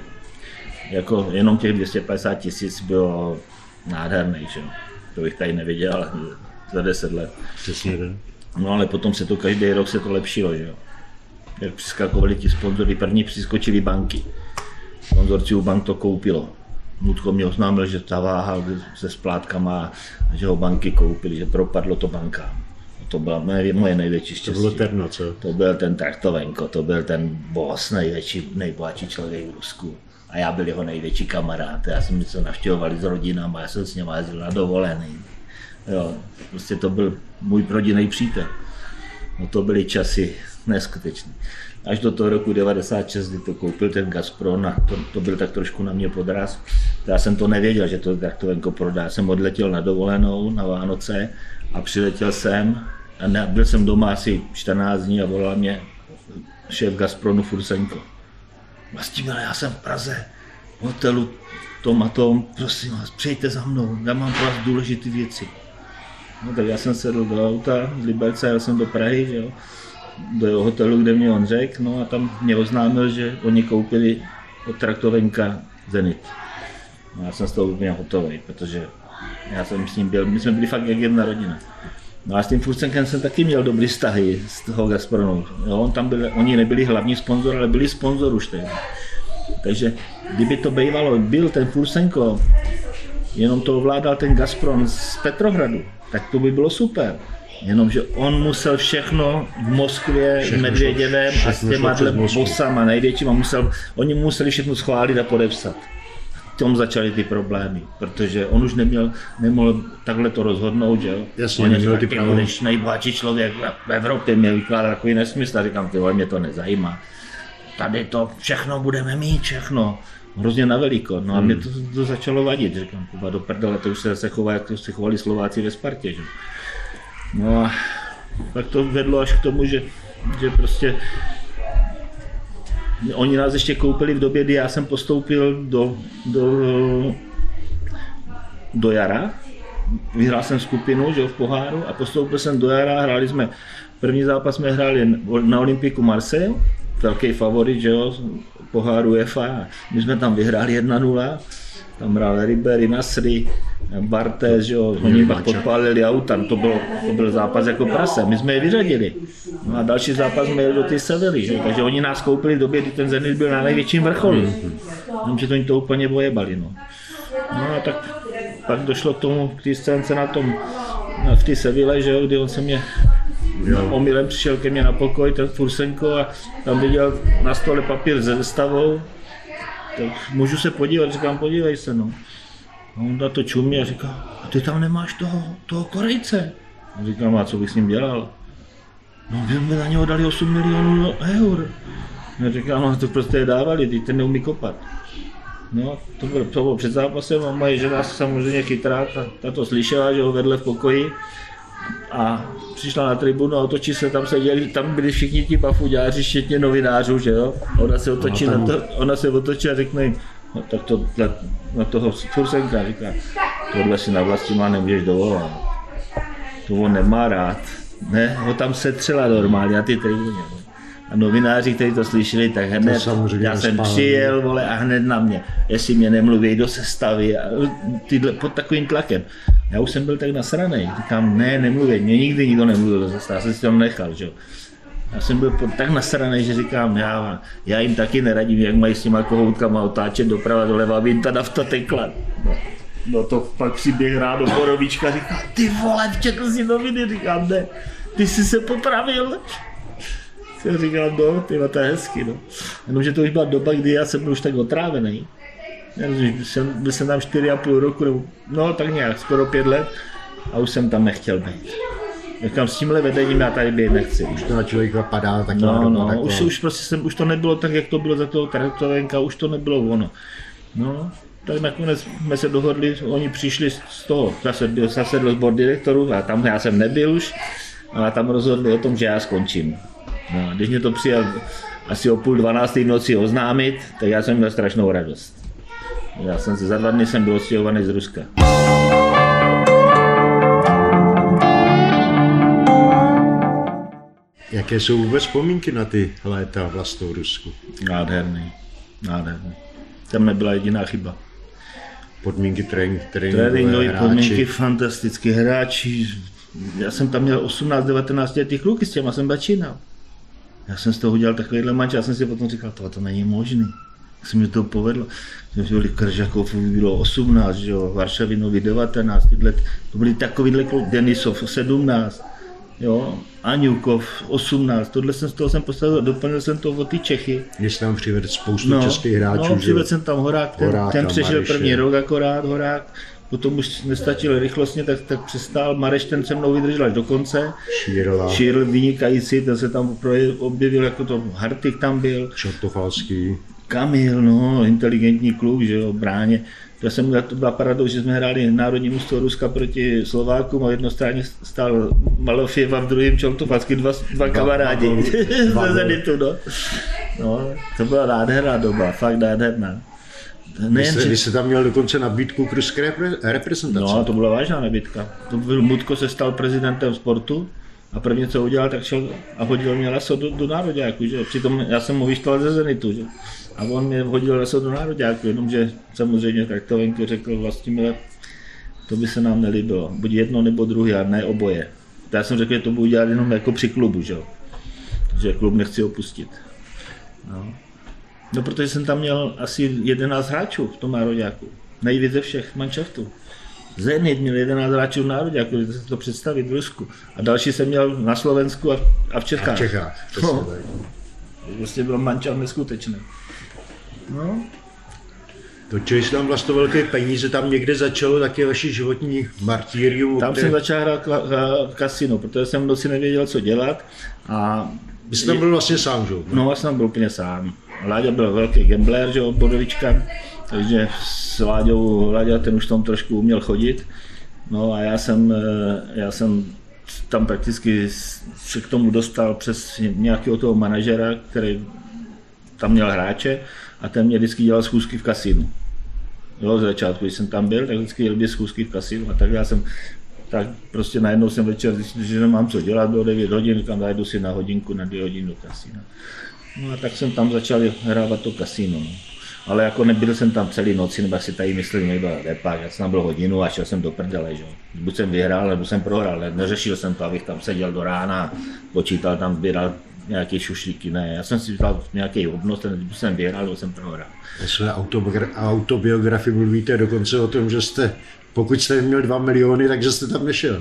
jako jenom těch dvě stě padesát tisíc bylo nádherný, že? To bych tady neviděl za deset let. Přesně, ne? No ale potom se to každý rok se to lepšilo, že jo. Jak přiskakovali ti sponzory, první přiskočili banky. Konzorcium bank to koupilo. Mutko mě oznámil, že ta váha se splátkama, že ho banky koupily, že propadlo to bankám. To byla moje největší štěstí. To bylo Terno, co? To byl ten Traktovenko, to byl ten boss, největší, nejbohatší člověk v Rusku. A já byl jeho největší kamarád. Já jsem se navštěvovali s rodinama, já jsem s něma jezdil na dovolený. Jo, prostě to byl můj rodinný přítel. No to byly časy neskutečné. Až do toho roku devadesát šest, kdy to koupil ten Gazprom, a to, to byl tak trošku na mě podraz. Já jsem to nevěděl, že to Traktovenko prodá. Já jsem odletěl na dovolenou na Vánoce a přiletěl jsem a ne, byl jsem doma asi čtrnáct dní a volal mě šéf Gazpromu Fursenko. Vlastimile, já jsem v Praze, v hotelu tom a tom, prosím vás, přijďte za mnou, já mám pro vás důležité věci. No tak já jsem sedl do auta z Liberce, jel jsem do Prahy, že jo, do jeho hotelu, kde mě on řekl, no a tam mě oznámil, že oni koupili od Traktovenka Zenit. No já jsem z toho úplně hotový, protože já jsem s ním byl, my jsme byli fakt jak jedna rodina. No a s tím Fursenkem jsem taky měl dobrý vztahy z toho Gazpromu. Jo, on tam byl, oni nebyli hlavní sponzor, ale byli sponzor už tehdy. Takže kdyby to bývalo, byl ten Fursenko, jenom to ovládal ten Gazprom z Petrohradu, tak to by bylo super. Jenomže on musel všechno v Moskvě, v Medvěděvém a s těma bosama největšíma musel, oni museli všechno schválit a podepsat. V tom začaly ty problémy, protože on už neměl, nemohl takhle to rozhodnout, že jo. Jasně, neměl ty právo. Když nejbohatší člověk v Evropě mě vykládá takový nesmysl a říkám, ty vole, mě to nezajímá. Tady to všechno budeme mít, všechno. Hrozně na veliko, no a hmm. mě to, to začalo vadit, říkám, kuba do prdele, to už se zase chová, jak to se chovali Slováci ve Spartě, že? No a tak to vedlo až k tomu, že, že prostě oni nás ještě koupili v době, kdy já jsem postoupil do, do, do jara, vyhrál jsem skupinu, že, v poháru a postoupil jsem do jara, hráli jsme, první zápas jsme hráli na Olympiku Marseille, velký favorit, že jo, poháru UEFA, my jsme tam vyhráli jedna nula, tam hrál Ribery, Nasri, Bartes, že jo, oni pak podpálili auta, to, bylo, to byl zápas jako prase, my jsme je vyřadili. No a další zápas jsme jeli do té Sevilly, že? Takže oni nás koupili v době, kdy ten Zenit byl na největším vrcholu. Jenomže to oni to úplně vojebali, no. No a tak pak došlo k tomu, k té scénce na tom, v té Seville, že jo, kdy on se mě omylem přišel ke mně na pokoj, ten Fursenko, a tam viděl na stole papír se stavou. Tak můžu se podívat, říkám, podívej se, no. A on na to čumí a říká, a ty tam nemáš toho, toho Korejce. A říkám, a co bych s ním dělal? No, my jsme na něho dali osm milionů eur. A říkám, no, to prostě je dávali, ty ten neumí kopat. No, to bylo, to bylo před zápasem a moje žena samozřejmě chytrá, ta, ta to slyšela, že ho vedle v pokoji. A přišla na tribunu a otočí se, tam seděli, tam byli všichni ti pafuďáři, všichni novinářů, že jo. Ona se otočí, no, tam... na to, ona se otočí a řekne jim, No tak to, na toho Fursenka říká, tohle si na vlastní má nemůžeš dovolat. To on nemá rád. Ne, ho tam setřela normálně na ty tribuně. A novináři, kteří to slyšeli, tak hned, já jsem přijel, vole, a hned na mě, jestli mě nemluví do sestavy, a tyhle, pod takovým tlakem. Já už jsem byl tak nasranej, říkám, ne, nemluví, mě nikdy nikdo nemluvil do sestavy, já jsem si to nechal, že jo. Já jsem byl tak nasranej, že říkám, já, já jim taky neradím, jak mají s těma kohoutkama otáčet doprava doleva, aby jim ta nafta tekla. No, no to pak přiběh rád do Borovíčka, říká, ty vole, četl jsi noviny, říkám, ne, ty jsi se popravil. Já říkám, no, tyhle, to je hezky, no. Jenomže to už byla doba, kdy já jsem byl už tak otrávený. Jsem, byl jsem tam čtyři a půl roku, nebo, no tak nějak, skoro pět let a už jsem tam nechtěl být. Říkám, s tímhle vedením já tady být nechci. Už to na člověka padá taková no, doba. No, taková. Už, už, prostě jsem, už to nebylo tak, jak to bylo za toho traktovenka, už to nebylo ono. No, tak nakonec jsme se dohodli, oni přišli z toho, zase byl zasedl sbor direktorů a tam já jsem nebyl už, a tam rozhodli o tom, že já skončím. No, když mě to přijel asi o půl dvanácté v noci oznámit, tak já jsem měl strašnou radost. Já jsem se za dva dny jsem byl odstěhovaný z Ruska. Jaké jsou vůbec vzpomínky na ty léta vlastně v Rusku? Nádherný, nádherný. Tam nebyla jediná chyba. Podmínky trénink, tréninkové podmínky, fantastické hráči. Já jsem tam měl osmnáct devatenáct letých kluky, s těma jsem začínal. Já jsem z toho udělal takovýhle manč, já jsem si potom říkal, to, to není možný. Jak se mi to povedlo. Kržakovovi bylo osmnáct, jo, Varšavinovi devatenáct let. To byli takovýhle kluky, Denisov sedmnáct, jo, Aňukov osmnáct. Tohle jsem z toho jsem postavil, doplnil jsem to o ty Čechy. Když tam přivedl spoustu no, českých hráčů. No, přivedl jsem tam Horák, ten, Horák, ten přežil Mareš, první rok akorát, Horák. Potom už nestačil rychlostně, tak, tak přestál. Mareš ten se mnou vydržel až do konce. Šírla. Šírl vynikající, ten se tam objevil, jako to Hartig tam byl. Čortofalský. Kamil, no, inteligentní kluk, že jo, bráně. To, jsem, to byla paradox, že jsme hráli národní mužstvo Ruska proti Slovákům a v jednostranně stál Malofiev a v druhém Čortofalský, dva, dva kamarádi ze Zenitu, no. No, to byla nádherná doba, fakt nádherná. Vy jste, vy jste tam měl dokonce nabídku k ruské reprezentaci. No, to byla vážná nabídka. To byl Mutko se stal prezidentem sportu a prvně co udělal, tak šel a hodil mě laso do, do nároďáku, že? Přitom já jsem mu vyštal ze Zenitu, že? A on mě hodil laso do nároďáku, jenomže samozřejmě traktovenky řekl Vlastimile, to by se nám nelíbilo, buď jedno nebo druhé, a ne oboje. Já jsem řekl, že to budu dělat jenom jako při klubu, že? Že klub nechci opustit. No. No, protože jsem tam měl asi jedenáct hráčů v tom nároďáku, nejvíc ze všech manšaftů. Zenit měl jedenáct hráčů v nároďáku, můžete si to představit v Rusku. A další jsem měl na Slovensku a, a v Čechách. A v Čechách, no. Vlastně byl manšaft neskutečný. No. Točili jste tam vlastně velké peníze, tam někde začalo taky vaše životní martýrium. Tam kde... jsem začal hrát kasino, protože jsem v noci nevěděl, co dělat. A vy jste tam byl vlastně sám, že? No, já jsem tam byl úplně sám. Láďa byl velký gambler, že od Bodovička, takže s Láďou, Láďa ten už tam trošku uměl chodit. No a já jsem, já jsem tam prakticky se k tomu dostal přes nějakého toho manažera, který tam měl hráče a ten mě vždycky dělal schůzky v kasinu. Jo, z začátku, když jsem tam byl, tak vždycky dělal schůzky v kasinu a tak já jsem tak prostě najednou jsem večer zjistil, že nemám co dělat, bylo devět hodin, říkám, zajdu si na hodinku, na dvě hodiny do kasína. No a tak jsem tam začal hrávat to kasino. No. Ale jako nebyl jsem tam celý noci, nebo si tady myslel někdo repák, já jsem tam byl hodinu a šel jsem do prdele, že? Buď jsem vyhrál, nebo jsem prohrál, neřešil jsem to, abych tam seděl do rána, počítal tam, sbíral nějaké šušlíky, ne, já jsem si vzal nějaký obnos, buď jsem vyhrál, nebo jsem prohrál. Ve své autobiografii mluvíte dokonce o tom, že jste, pokud jste měl dva miliony, takže jste tam nešel.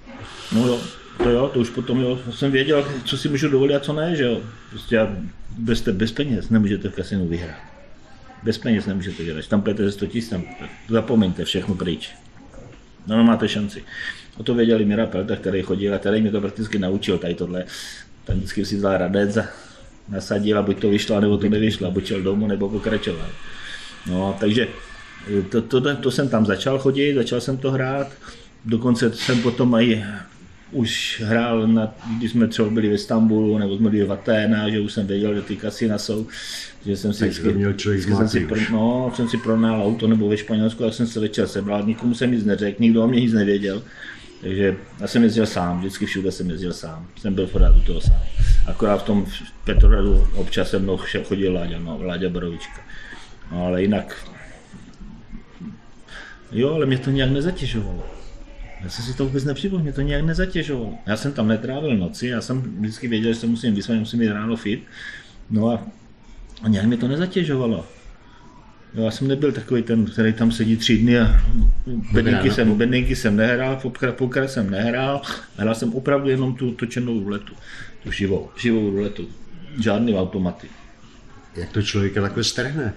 No jo, to jo, to už potom jo, jsem věděl, co si můžu dovolit a co ne, že jo. Prostě já, bez, bez peněz nemůžete v kasinu vyhrát. Bez peněz nemůžete vyhrát. Tam plete ze sto tisíc, tam zapomeňte všechno pryč. No, no máte šanci. O to věděl i Mira Pelta, který chodil a který mě to prakticky naučil tady tohle. Tam vždycky si vzal radec a nasadil a buď to vyšlo, nebo to nevyšlo, buď šel domů, nebo pokračoval. No, takže to, to, to, to jsem tam začal chodit, začal jsem to hrát. Dokonce jsem potom i už hrál, na, když jsme třeba byli v Istanbulu nebo jsme byli v Aténách, že už jsem věděl, že ty kasina jsou, že jsem si vždycky, měl člověk jsem si, pro, no, jsem si pronál auto nebo ve Španělsku, tak jsem se večer sebral, nikomu jsem nic neřekl, nikdo o mě nic nevěděl. Takže já jsem jezdil sám, vždycky všude jsem jezdil sám, jsem byl pořád u toho sám. Akorát v tom Petrohradu občas se mnou chodil Láďa, no, Láďa Borovička. No, ale jinak, jo, ale mě to nějak nezatěžovalo. Já jsem si to vůbec nepřipomněl, mě to nějak nezatěžovalo. Já jsem tam netrávil noci, já jsem vždycky věděl, že se musím vyspat, musím jít ráno fit. No a, a nějak mě to nezatěžovalo. Jo, já jsem nebyl takový ten, který tam sedí tři dny a bedníky jsem, bedníky jsem nehrál, poker jsem nehrál, hrál jsem opravdu jenom tu točenou ruletu, tu živou, živou ruletu, žádný automaty. Jak to člověka takhle strhne?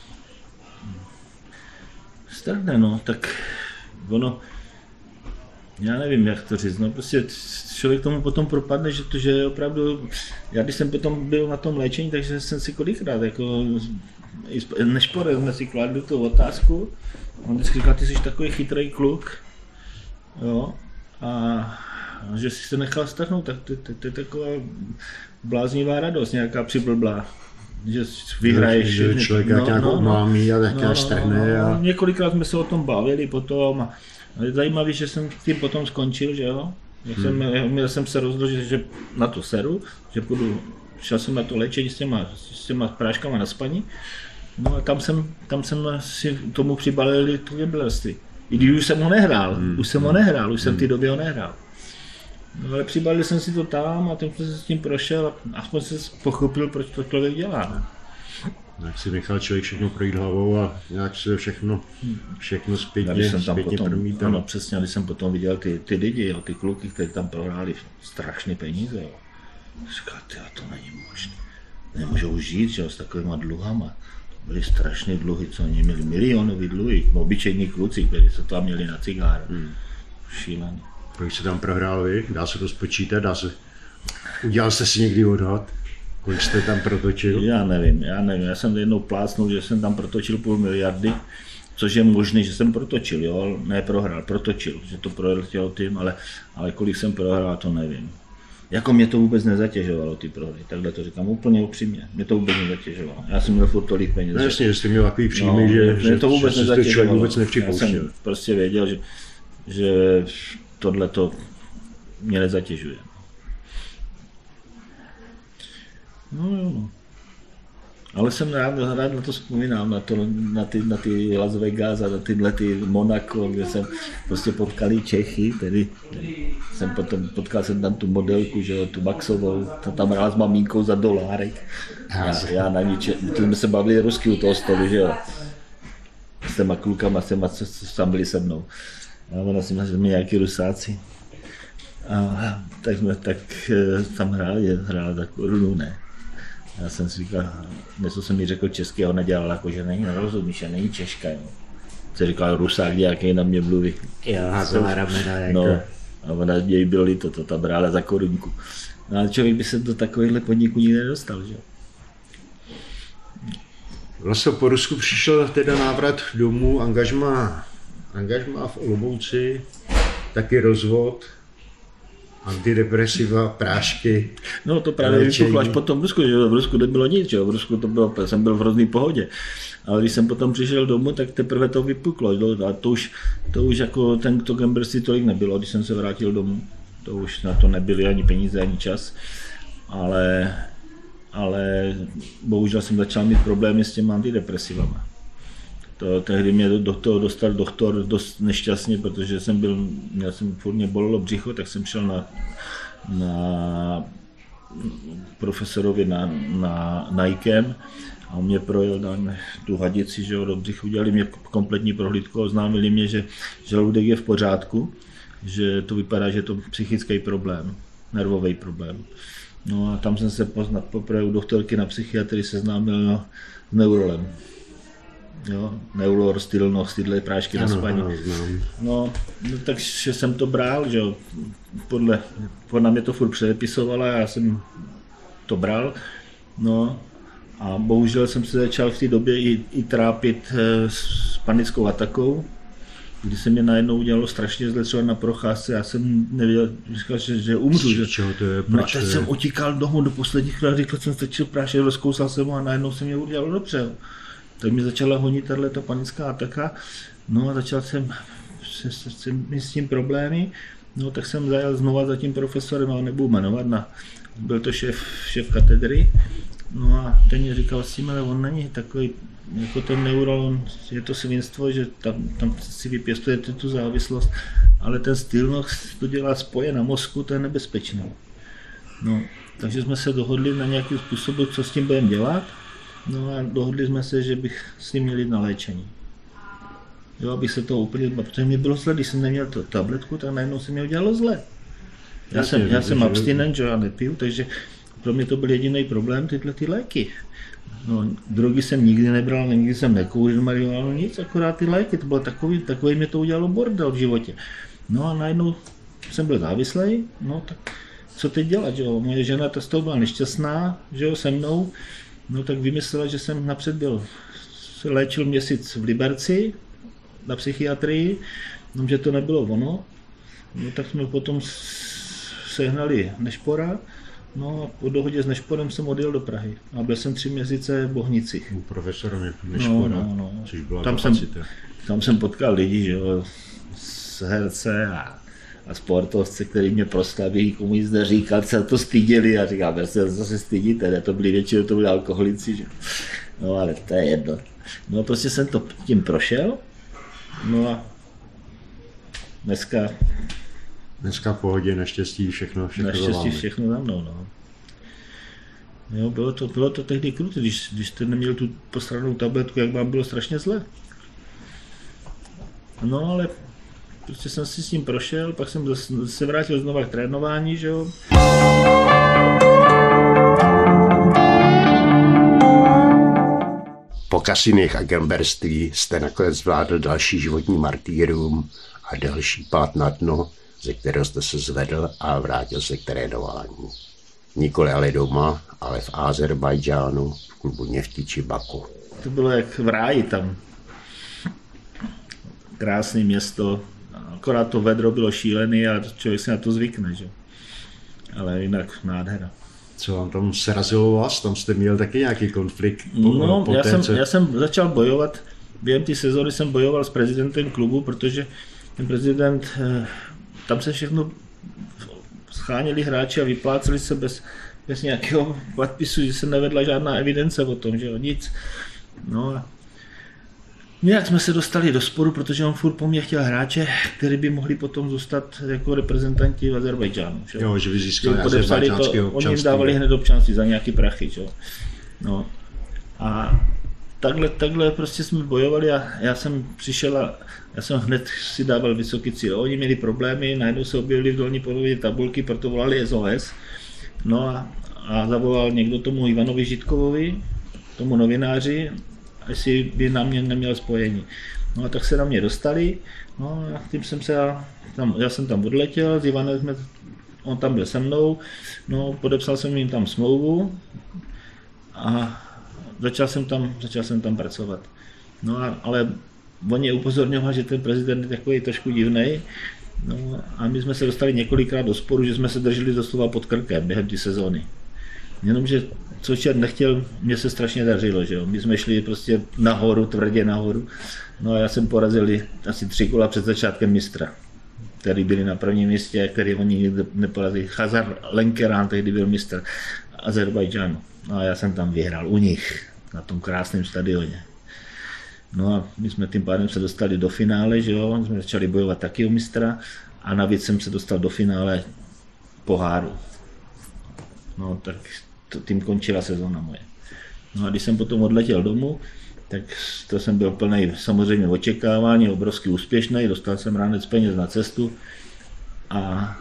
Strhne, no, tak ono, já nevím, jak to říct, no prostě člověk tomu potom propadne, že to, že opravdu, já když jsem potom byl na tom léčení, takže jsem si kolikrát, jako, než pore, jsme si kladli tu otázku, on vždycky říkal, ty jsi takový chytrý kluk, jo, a, a že si se nechal strhnout, tak to, to, to je taková bláznivá radost, nějaká přiblblá. Že vyhraješ, že člověk no, nějakou no, umámí a tak no, strhne. No, a... Několikrát jsme se o tom bavili potom a je zajímavé, že jsem tím potom skončil, že jo. Já jsem, hmm. Měl jsem se rozložit, že na to seru, že půjdu, šel jsem na to léčení s těma, s těma práškama na spaní. No a tam jsem, tam jsem si tomu přibalil to gamblerství. I když už jsem ho nehrál, hmm. už jsem ho nehrál, už jsem v té době ho nehrál. No ale přibalil jsem si to tam a tím jsem se s tím prošel a aspoň jsem pochopil, proč to člověk dělá. Jak si nechal člověk všechno projít hlavou a nějak se všechno, všechno zpětně, zpětně promítal. Ano, přesně, když jsem potom viděl ty, ty lidi, jo, ty kluky, kteří tam prohráli strašné peníze. Jo. Říkal, tyjo, to není možné. Nemůžou žít, že, s takovýma dluhama. To byly strašné dluhy, co oni měli milionové dluhy. Obyčejní kluci, kteří se tam měli na cigáru. Hmm. Šílený. Kolik se tam prohrál vy? Dá se to spočítat? Dá se... Udělal jste si někdy odhad? Kolik jste tam protočil? Já nevím, já nevím. Já jsem jednou plácnul, že jsem tam protočil půl miliardy, což je možné, že jsem protočil, jo, ne prohrál, protočil, že to proletělo tím, ale, ale kolik jsem prohrál, to nevím. Jako mě to vůbec nezatěžovalo, ty prohry, takhle to říkám úplně upřímně, mě to vůbec nezatěžovalo. Já jsem měl furt tolik peněz. No jasně, že jste měl takový příjmy, no, že, že, to vůbec že jste člověk vůbec nepřipouštěl. Já jsem prostě věděl, že, že tohle to mě nezatěžuje. No jo, no. Ale jsem rád, rád na to vzpomínám, na, to, na, ty, na ty Las Vegas a na tyhle ty Monaco, kde jsem prostě potkali Čechy, tedy jsem potom potkal jsem tam tu modelku, že jo, tu Maxovou, ta tam hrála s mamínkou za dolárek. Já, já na nič, jsme se bavili rusky u toho stolu, že jo, s těma klukama, s těma, co, co tam byli se mnou. A ona si myslela, že jsme nějaký Rusáci. A tak jsme tak tam hráli, hrála takovou runu, ne. Já jsem si říkal, něco jsem mi řekl česky a ona dělala jako, že není, nerozumíš, a není Češka, jo. Se říkal Rusák nějaký na mě mluví. Jo, to ramena jako. No, a ona jej bylo líto, to tam brala za korunku. No ale člověk by se do takovýchhle podniků nikdy nedostal, že? Vlastně po Rusku přišel teda návrat domů, angažma, angažma v Olomouci, taky rozvod. Antidepresiva, prášky. No to právě vypuklo až potom v Rusku, že v Rusku nebylo nic, že v Rusku to bylo, jsem byl v hrozný pohodě. Ale když jsem potom přišel domů, tak teprve to vypuklo. A to už, to už jako ten, to gamblerství tolik nebylo, když jsem se vrátil domů. To už na to nebyly ani peníze, ani čas. Ale, ale bohužel jsem začal mít problémy s těmi antidepresivama. To, tehdy mě do toho dostal doktor dost nešťastně, protože jsem byl, měl jsem furt mě bolelo břicho, tak jsem šel na, na profesorovi na, na, na I K E M a on mě projel na tu hadici, že jo, do břichu, udělali mě kompletní prohlídku a oznámili mě, že žaludek je v pořádku, že to vypadá, že je to psychický problém, nervový problém. No a tam jsem se poznat poprvé u doktorky na psychiatrii seznámil no, s neurolem. Jo, Neulor, Stylno, tyhle prášky na spaní. No, no, takže jsem to bral, že jo, podle, podle mě to furt předepisovala, já jsem to bral, no a bohužel jsem se začal v té době i, i trápit s panickou atakou, kdy se mě najednou udělalo strašně zle třeba na procházce, já jsem nevěděl, říkal, že, že umřu. Že... Čeho to je? No a teď jsem utíkal domů do posledních chvíle, říkal jsem, stačil prášek, rozkousal jsem ho a najednou se mě udělalo dobře. Tak mi začala honit tato panická ataka, no a začal jsem se, se, se, s tím problémy, no tak jsem zajel znova za tím profesorem, ale nebudu jmenovat, na, byl to šéf, šéf katedry, no a ten mi říkal s tím, ale on není takový, jako ten neuron, je to svinstvo, že tam, tam si vypěstujete tu závislost, ale ten styl, no, to dělá spoje na mozku, to je nebezpečné. No, takže jsme se dohodli na nějaký způsob, co s tím budeme dělat, no a dohodli jsme se, že bych s ním měl jít na léčení. Jo, abych se toho úplně, protože mě bylo zle, když jsem neměl tu tabletku, tak najednou se mě udělalo zle. Já, já jsem, já jsem abstinent, že já nepiju, takže pro mě to byl jediný problém, tyhle ty léky. No, drogy jsem nikdy nebral, nikdy jsem nekouřil marihuanu, nic, akorát ty léky, to bylo takový, takový mě to udělalo bordel v životě. No a najednou jsem byl závislý, no tak co teď dělat, že jo, moje žena ta z toho byla nešťastná, že jo, se mnou, no tak vymyslela, že jsem napřed byl, se léčil měsíc v Liberci na psychiatrii, no, že to nebylo ono, no tak jsme potom sehnali Nešpora. No a po dohodě s Nešporem jsem odjel do Prahy a byl jsem tři měsíce v Bohnicích. U profesora Nešpora, no, no, no. což byla tam jsem, tam jsem potkal lidi, že jo, z herce a, a sportovce, kteří mě proslaví, komu jít zde říkat, se to styděli a říkám, že se zase stydíte, ne? To byli většinou, to byli alkoholici, že? No ale to je jedno. No prostě jsem to tím prošel, no a dneska Dneska v pohodě, naštěstí všechno, všechno Naštěstí všechno za mnou, no. Jo, bylo to, bylo to tehdy kruté, když, když jste neměl tu posranou tabletku, jak vám bylo strašně zle. No ale prostě jsem si s tím prošel, pak jsem se vrátil znova k trénování, že jo. Po kasinech a gamberství jste nakonec zvládl další životní martýrium a další pád na dno, ze kterého jste se zvedl a vrátil se k trénování. Nikoli ale doma, ale v Azerbajdžánu, v klubu Neftiči Baku. To bylo jak v ráji tam. Krásné město, akorát to vedro bylo šílený a člověk si na to zvykne, že? Ale jinak nádhera. Co vám tam srazilo vás? Tam jste měl taky nějaký konflikt? Po, no, po já, té, jsem, co... já jsem začal bojovat, během té sezóny jsem bojoval s prezidentem klubu, protože ten prezident, tam se všechno scháněli hráči a vypláceli se bez, bez nějakého podpisu, že se nevedla žádná evidence o tom, že jo, nic. No a nějak jsme se dostali do sporu, protože on furt po mně chtěl hráče, který by mohli potom zůstat jako reprezentanti v Azerbajdžánu. Že? Jo, že by získali azerbajdžánské občanství. Oni jim dávali hned občanství za nějaký prachy. Že? No. A takhle, takhle prostě jsme bojovali a já jsem přišel a já jsem hned si dával vysoký cíl. Oni měli problémy, najednou se objevili v dolní polovině tabulky, proto volali S O S. No a, a zavolal někdo tomu Ivanovi Žitkovovi, tomu novináři, jestli by na mě neměl spojení. No a tak se na mě dostali, no a tím jsem se, tam, já jsem tam odletěl, s Ivanem jsme, on tam byl se mnou, no podepsal jsem jim tam smlouvu a začal jsem tam, začal jsem tam pracovat. No a, ale on je upozorňoval, že ten prezident je takový trošku divnej, no a my jsme se dostali několikrát do sporu, že jsme se drželi doslova pod krkem během té sezóny. Jenomže co čert nechtěl, mně se strašně dařilo, že jo. My jsme šli prostě nahoru, tvrdě nahoru. No a já jsem porazil asi tři kola před začátkem mistra, který byli na prvním místě, který oni nikdy neporazili. Khazar Lenkeran tehdy byl mistr Azerbajdžánu. No a já jsem tam vyhrál u nich, na tom krásném stadioně. No a my jsme tím pádem se dostali do finále, že jo, jsme začali bojovat taky o mistra a navíc jsem se dostal do finále poháru. No tak to, tím končila sezóna moje. No a když jsem potom odletěl domů, tak to jsem byl plný samozřejmě očekávání, obrovský úspěšný, dostal jsem ránec peněz na cestu a,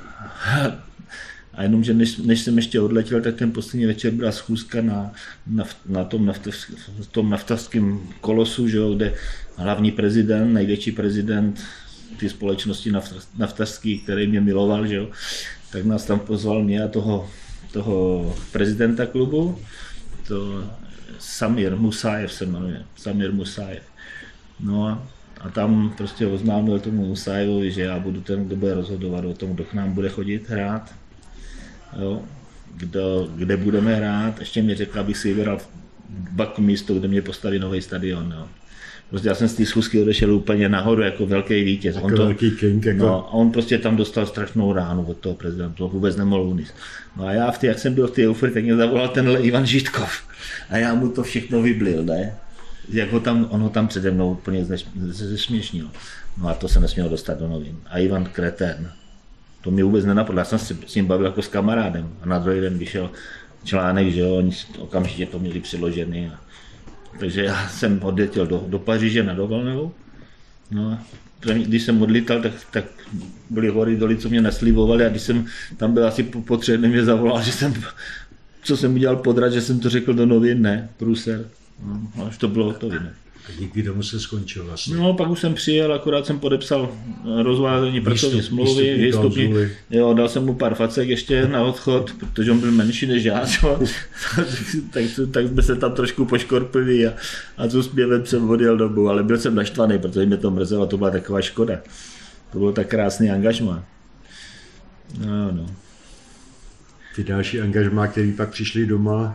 a jenomže než, než jsem ještě odletěl, tak ten poslední večer byla schůzka na, na, na tom, naftař, tom naftařském kolosu, že jo, kde hlavní prezident, největší prezident té společnosti naftařský, který mě miloval, že jo, tak nás tam pozval mě a toho toho prezidenta klubu, to Samir Musajev se jmenuje, Samir Musajev. No a, A tam prostě oznámil tomu Musajovi, že já budu ten, kdo bude rozhodovat o tom, kdo k nám bude chodit hrát. Jo. Kdo, kde budeme hrát. Ještě mi řekl, abych si vybral Baku místo, kde mě postaví nový stadion. Jo. Prostě já jsem z té schůzky odešel úplně nahoru jako velký vítěz. Jako on to, velký king. Jako... No, a on prostě tam dostal strašnou ránu od toho prezidenta, to vůbec nemohl unést. No a já, v tý, jak jsem byl v té euforii, tak mě zavolal tenhle Ivan Žítkov. A já mu to všechno vyblil, ne? Jak ho tam, on ho tam přede mnou úplně zesměšnil. No a to se nesmělo dostat do novin. A Ivan Kretén, to mě vůbec nenapadlo, já jsem si s ním bavil jako s kamarádem. A na druhý den vyšel článek, že jo, oni okamžitě to měli přiložený. A... Takže já jsem odletěl do, do Paříže na dovolenou. No, když jsem odlítal, tak, tak byly hory doly, co mě neslibovali, a když jsem tam byl asi po, po třech dny, mě zavolal, že jsem, co jsem udělal podrat, že jsem to řekl do novin, ne, průser. No, až to bylo hotové, ne. A díky tomu se skončil vlastně. No, pak už jsem přijel, akorát jsem podepsal rozvádění pracovní smlouvy, výstupní, jo, dal jsem mu pár facek ještě na odchod, protože on byl menší než já, tak, tak jsme se tam trošku poškorpili a, a s úspěvem jsem odjel domů, ale byl jsem naštvaný, protože mě to mrzelo, to byla taková škoda. To bylo tak krásný angažmá. No, no. Ty další angažmá, který pak přišli doma?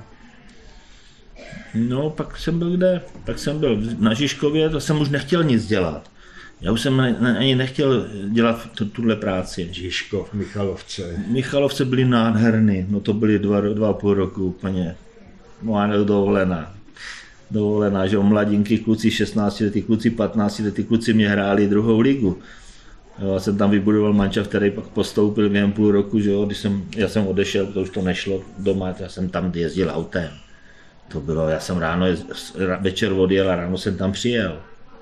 No, pak jsem byl kde? Pak jsem byl na Žižkově, to jsem už nechtěl nic dělat. Já už jsem ani nechtěl dělat tuhle práci. Žižkov, Michalovce. Michalovce byly nádherný, no to byly dva, dva a půl roku úplně. No a dovolená. Dovolená, že o mladinky, kluci šestnáct letý, kluci patnáct letý, kluci mě hráli druhou ligu. Jo, já jsem tam vybudoval mančaft, který pak postoupil během půl roku, že jo, když jsem, já jsem odešel, to už to nešlo doma, já jsem tam jezdil autem. To bylo, já jsem ráno, večer odjel a ráno jsem tam přijel.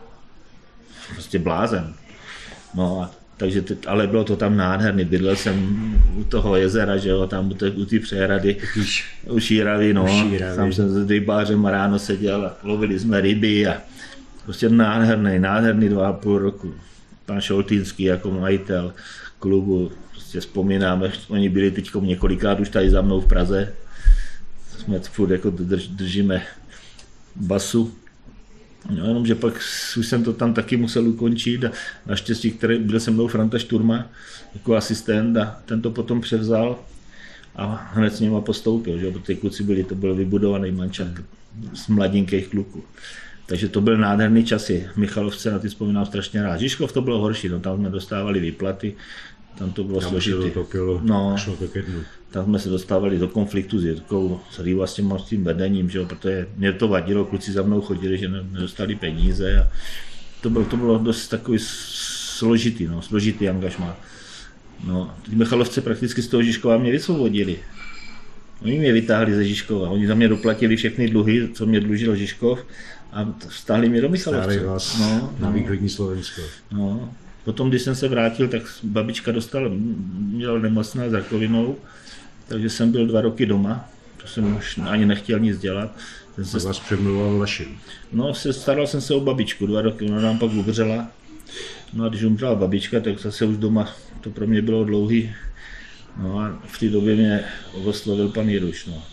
Prostě blázen. No a, takže, ale bylo to tam nádherný, bydlel jsem u toho jezera, že jo, tam u té přehrady, u Šíravy, no. Šíravy. Tam jsem s rybářem a ráno seděl a lovili jsme ryby a prostě nádherný, nádherný dva a půl roku. Pan Šoltýnský jako majitel klubu, prostě vzpomínáme, oni byli teď několikrát už tady za mnou v Praze. Jsme furt jako drž, držíme basu. No, jenomže pak už jsem to tam taky musel ukončit a naštěstí, který byl se mnou Franta Šturma jako asistent a ten to potom převzal a hned s nima postoupil, že? Protože kluci byli, to byl vybudovaný mančat z mladinkých kluků. Takže to byl nádherný časy. Michalovce, na ty vzpomínám strašně rád. Žižkov to bylo horší, no, tam jsme dostávali výplaty, tam to bylo složité. No, tam jsme se dostávali do konfliktu s Jirkou, s Rýva, s tím, s tím vedením, že jo, protože mě to vadilo, kluci za mnou chodili, že nedostali peníze a to bylo, to bylo dost takový složitý, no, složitý angažmá. No, ty Michalovce prakticky z toho Žižkova mě vysvobodili. Oni mě vytáhli ze Žižkova, oni za mě doplatili všechny dluhy, co mě dlužil Žižkov a stáhli mě do Michalovce. Stáli vás no, na no, východní Slovensko. No. Potom, když jsem se vrátil, tak babička dostala, měla nemocná s rakovinou, takže jsem byl dva roky doma, to jsem už ani nechtěl nic dělat. To vás přemluval Lašin. No, se, staral jsem se o babičku, dva roky, ona nám pak umřela. No a když umřela babička, tak zase už doma, to pro mě bylo dlouhý. No a v té době mě oslovil pan Jiruš, no.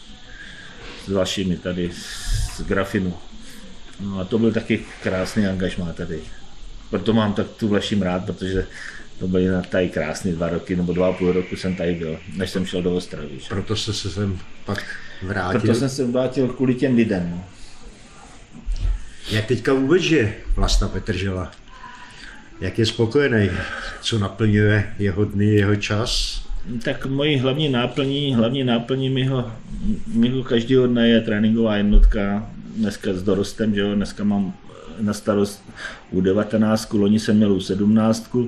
S Lašimi tady, z Grafinu. No a to byl taky krásný angažmá tady. Proto mám tak tu Vlašim rád, protože to byly tady krásný dva roky, nebo dva a půl roku jsem tady byl, než jsem šel do Ostravy. Proto jste se sem pak vrátil? Proto jsem se vrátil kvůli těm lidem. No. Jak teďka vůbec žije Vlasta Petržela? Jak je spokojený? Co naplňuje jeho dny, jeho čas? Tak mojí hlavní náplní, hlavní náplní mého, mého každého dne je tréninková jednotka. Dneska s dorostem, že jo, dneska mám na starost u devatenáctku, loni jsem měl u sedmnáctku.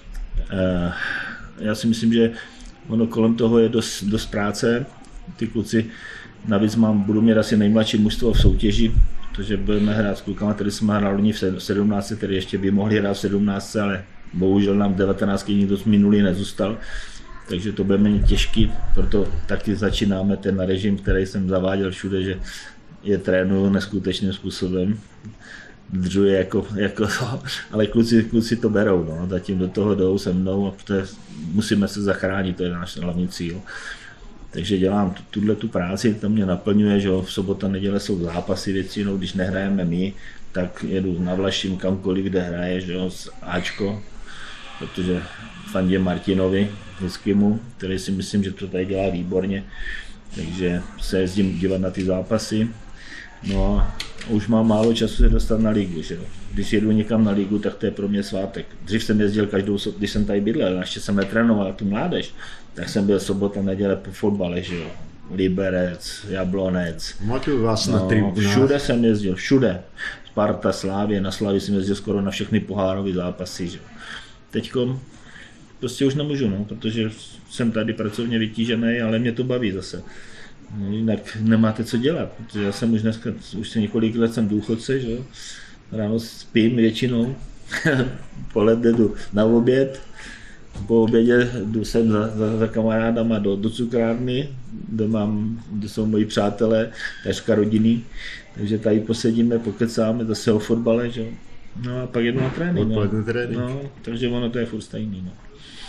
Já si myslím, že ono kolem toho je dost, dost práce. Ty kluci, navíc mám, budu mít asi nejmladší mužstvo v soutěži, protože budeme hrát s klukama, který jsme hráli loni v sedmnáctce, který ještě by mohli hrát v sedmnáctce, ale bohužel nám v devatenáctce nikdo z minulý nezůstal. Takže to bude méně těžký, proto taky začínáme ten režim, který jsem zaváděl všude, že je trénuju neskutečným způsobem. Držuje jako, jako to, ale kluci, kluci to berou, no. Zatím do toho jdou se mnou a musíme se zachránit, to je náš hlavní cíl. Takže dělám tuhle tu práci, to mě naplňuje, že jo, v sobota, neděle jsou zápasy většinou, když nehrajeme my, tak jedu na Vlašim kamkoliv, kde hraje, že jo, z Ačko, protože fandím Martinovi Hezkému, který si myslím, že to tady dělá výborně, takže se jezdím dívat na ty zápasy. No a už mám málo času se dostat na ligu, že jo. Když jedu někam na ligu, tak to je pro mě svátek. Dřív jsem jezdil každou, když jsem tady bydlel, ještě jsem netrénoval tu mládež, tak jsem byl sobota, neděle po fotbale, že jo. Liberec, Jablonec. Matuju vás no, na tribunách. Všude jsem jezdil, všude. Sparta, Slávě, na Slávě jsem jezdil skoro na všechny pohárové zápasy, že jo. Teďko prostě už nemůžu, no, protože jsem tady pracovně vytížený, ale mě to baví zase. No, jinak nemáte co dělat, protože já jsem už dneska, už se několik let jsem důchodce, že jo. Ráno spím většinou, poledne jdu na oběd, po obědě jdu sem za, za, za kamarádama do, do cukrárny, kde, mám, kde jsou moji přátelé, takřka rodiny, takže tady posedíme, pokecáme zase o fotbale, že? No a pak jedu na trénink. No. No, takže ono to je furt stejný. No.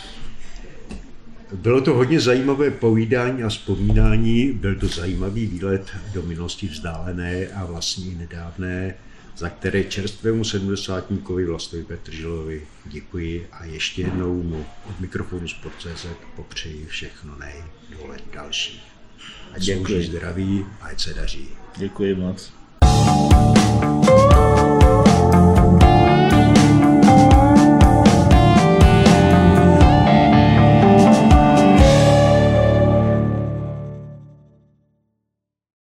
Bylo to hodně zajímavé povídání a vzpomínání, byl to zajímavý výlet do minulosti vzdálené a vlastně nedávné, za které čerstvému sedmdesátníkovi Vlastovi Petrželovi děkuji a ještě jednou mu od mikrofonu Sport tečka cé zet popřeji všechno nejdole další. Ať slouží zdraví, ať se daří. Děkuji moc.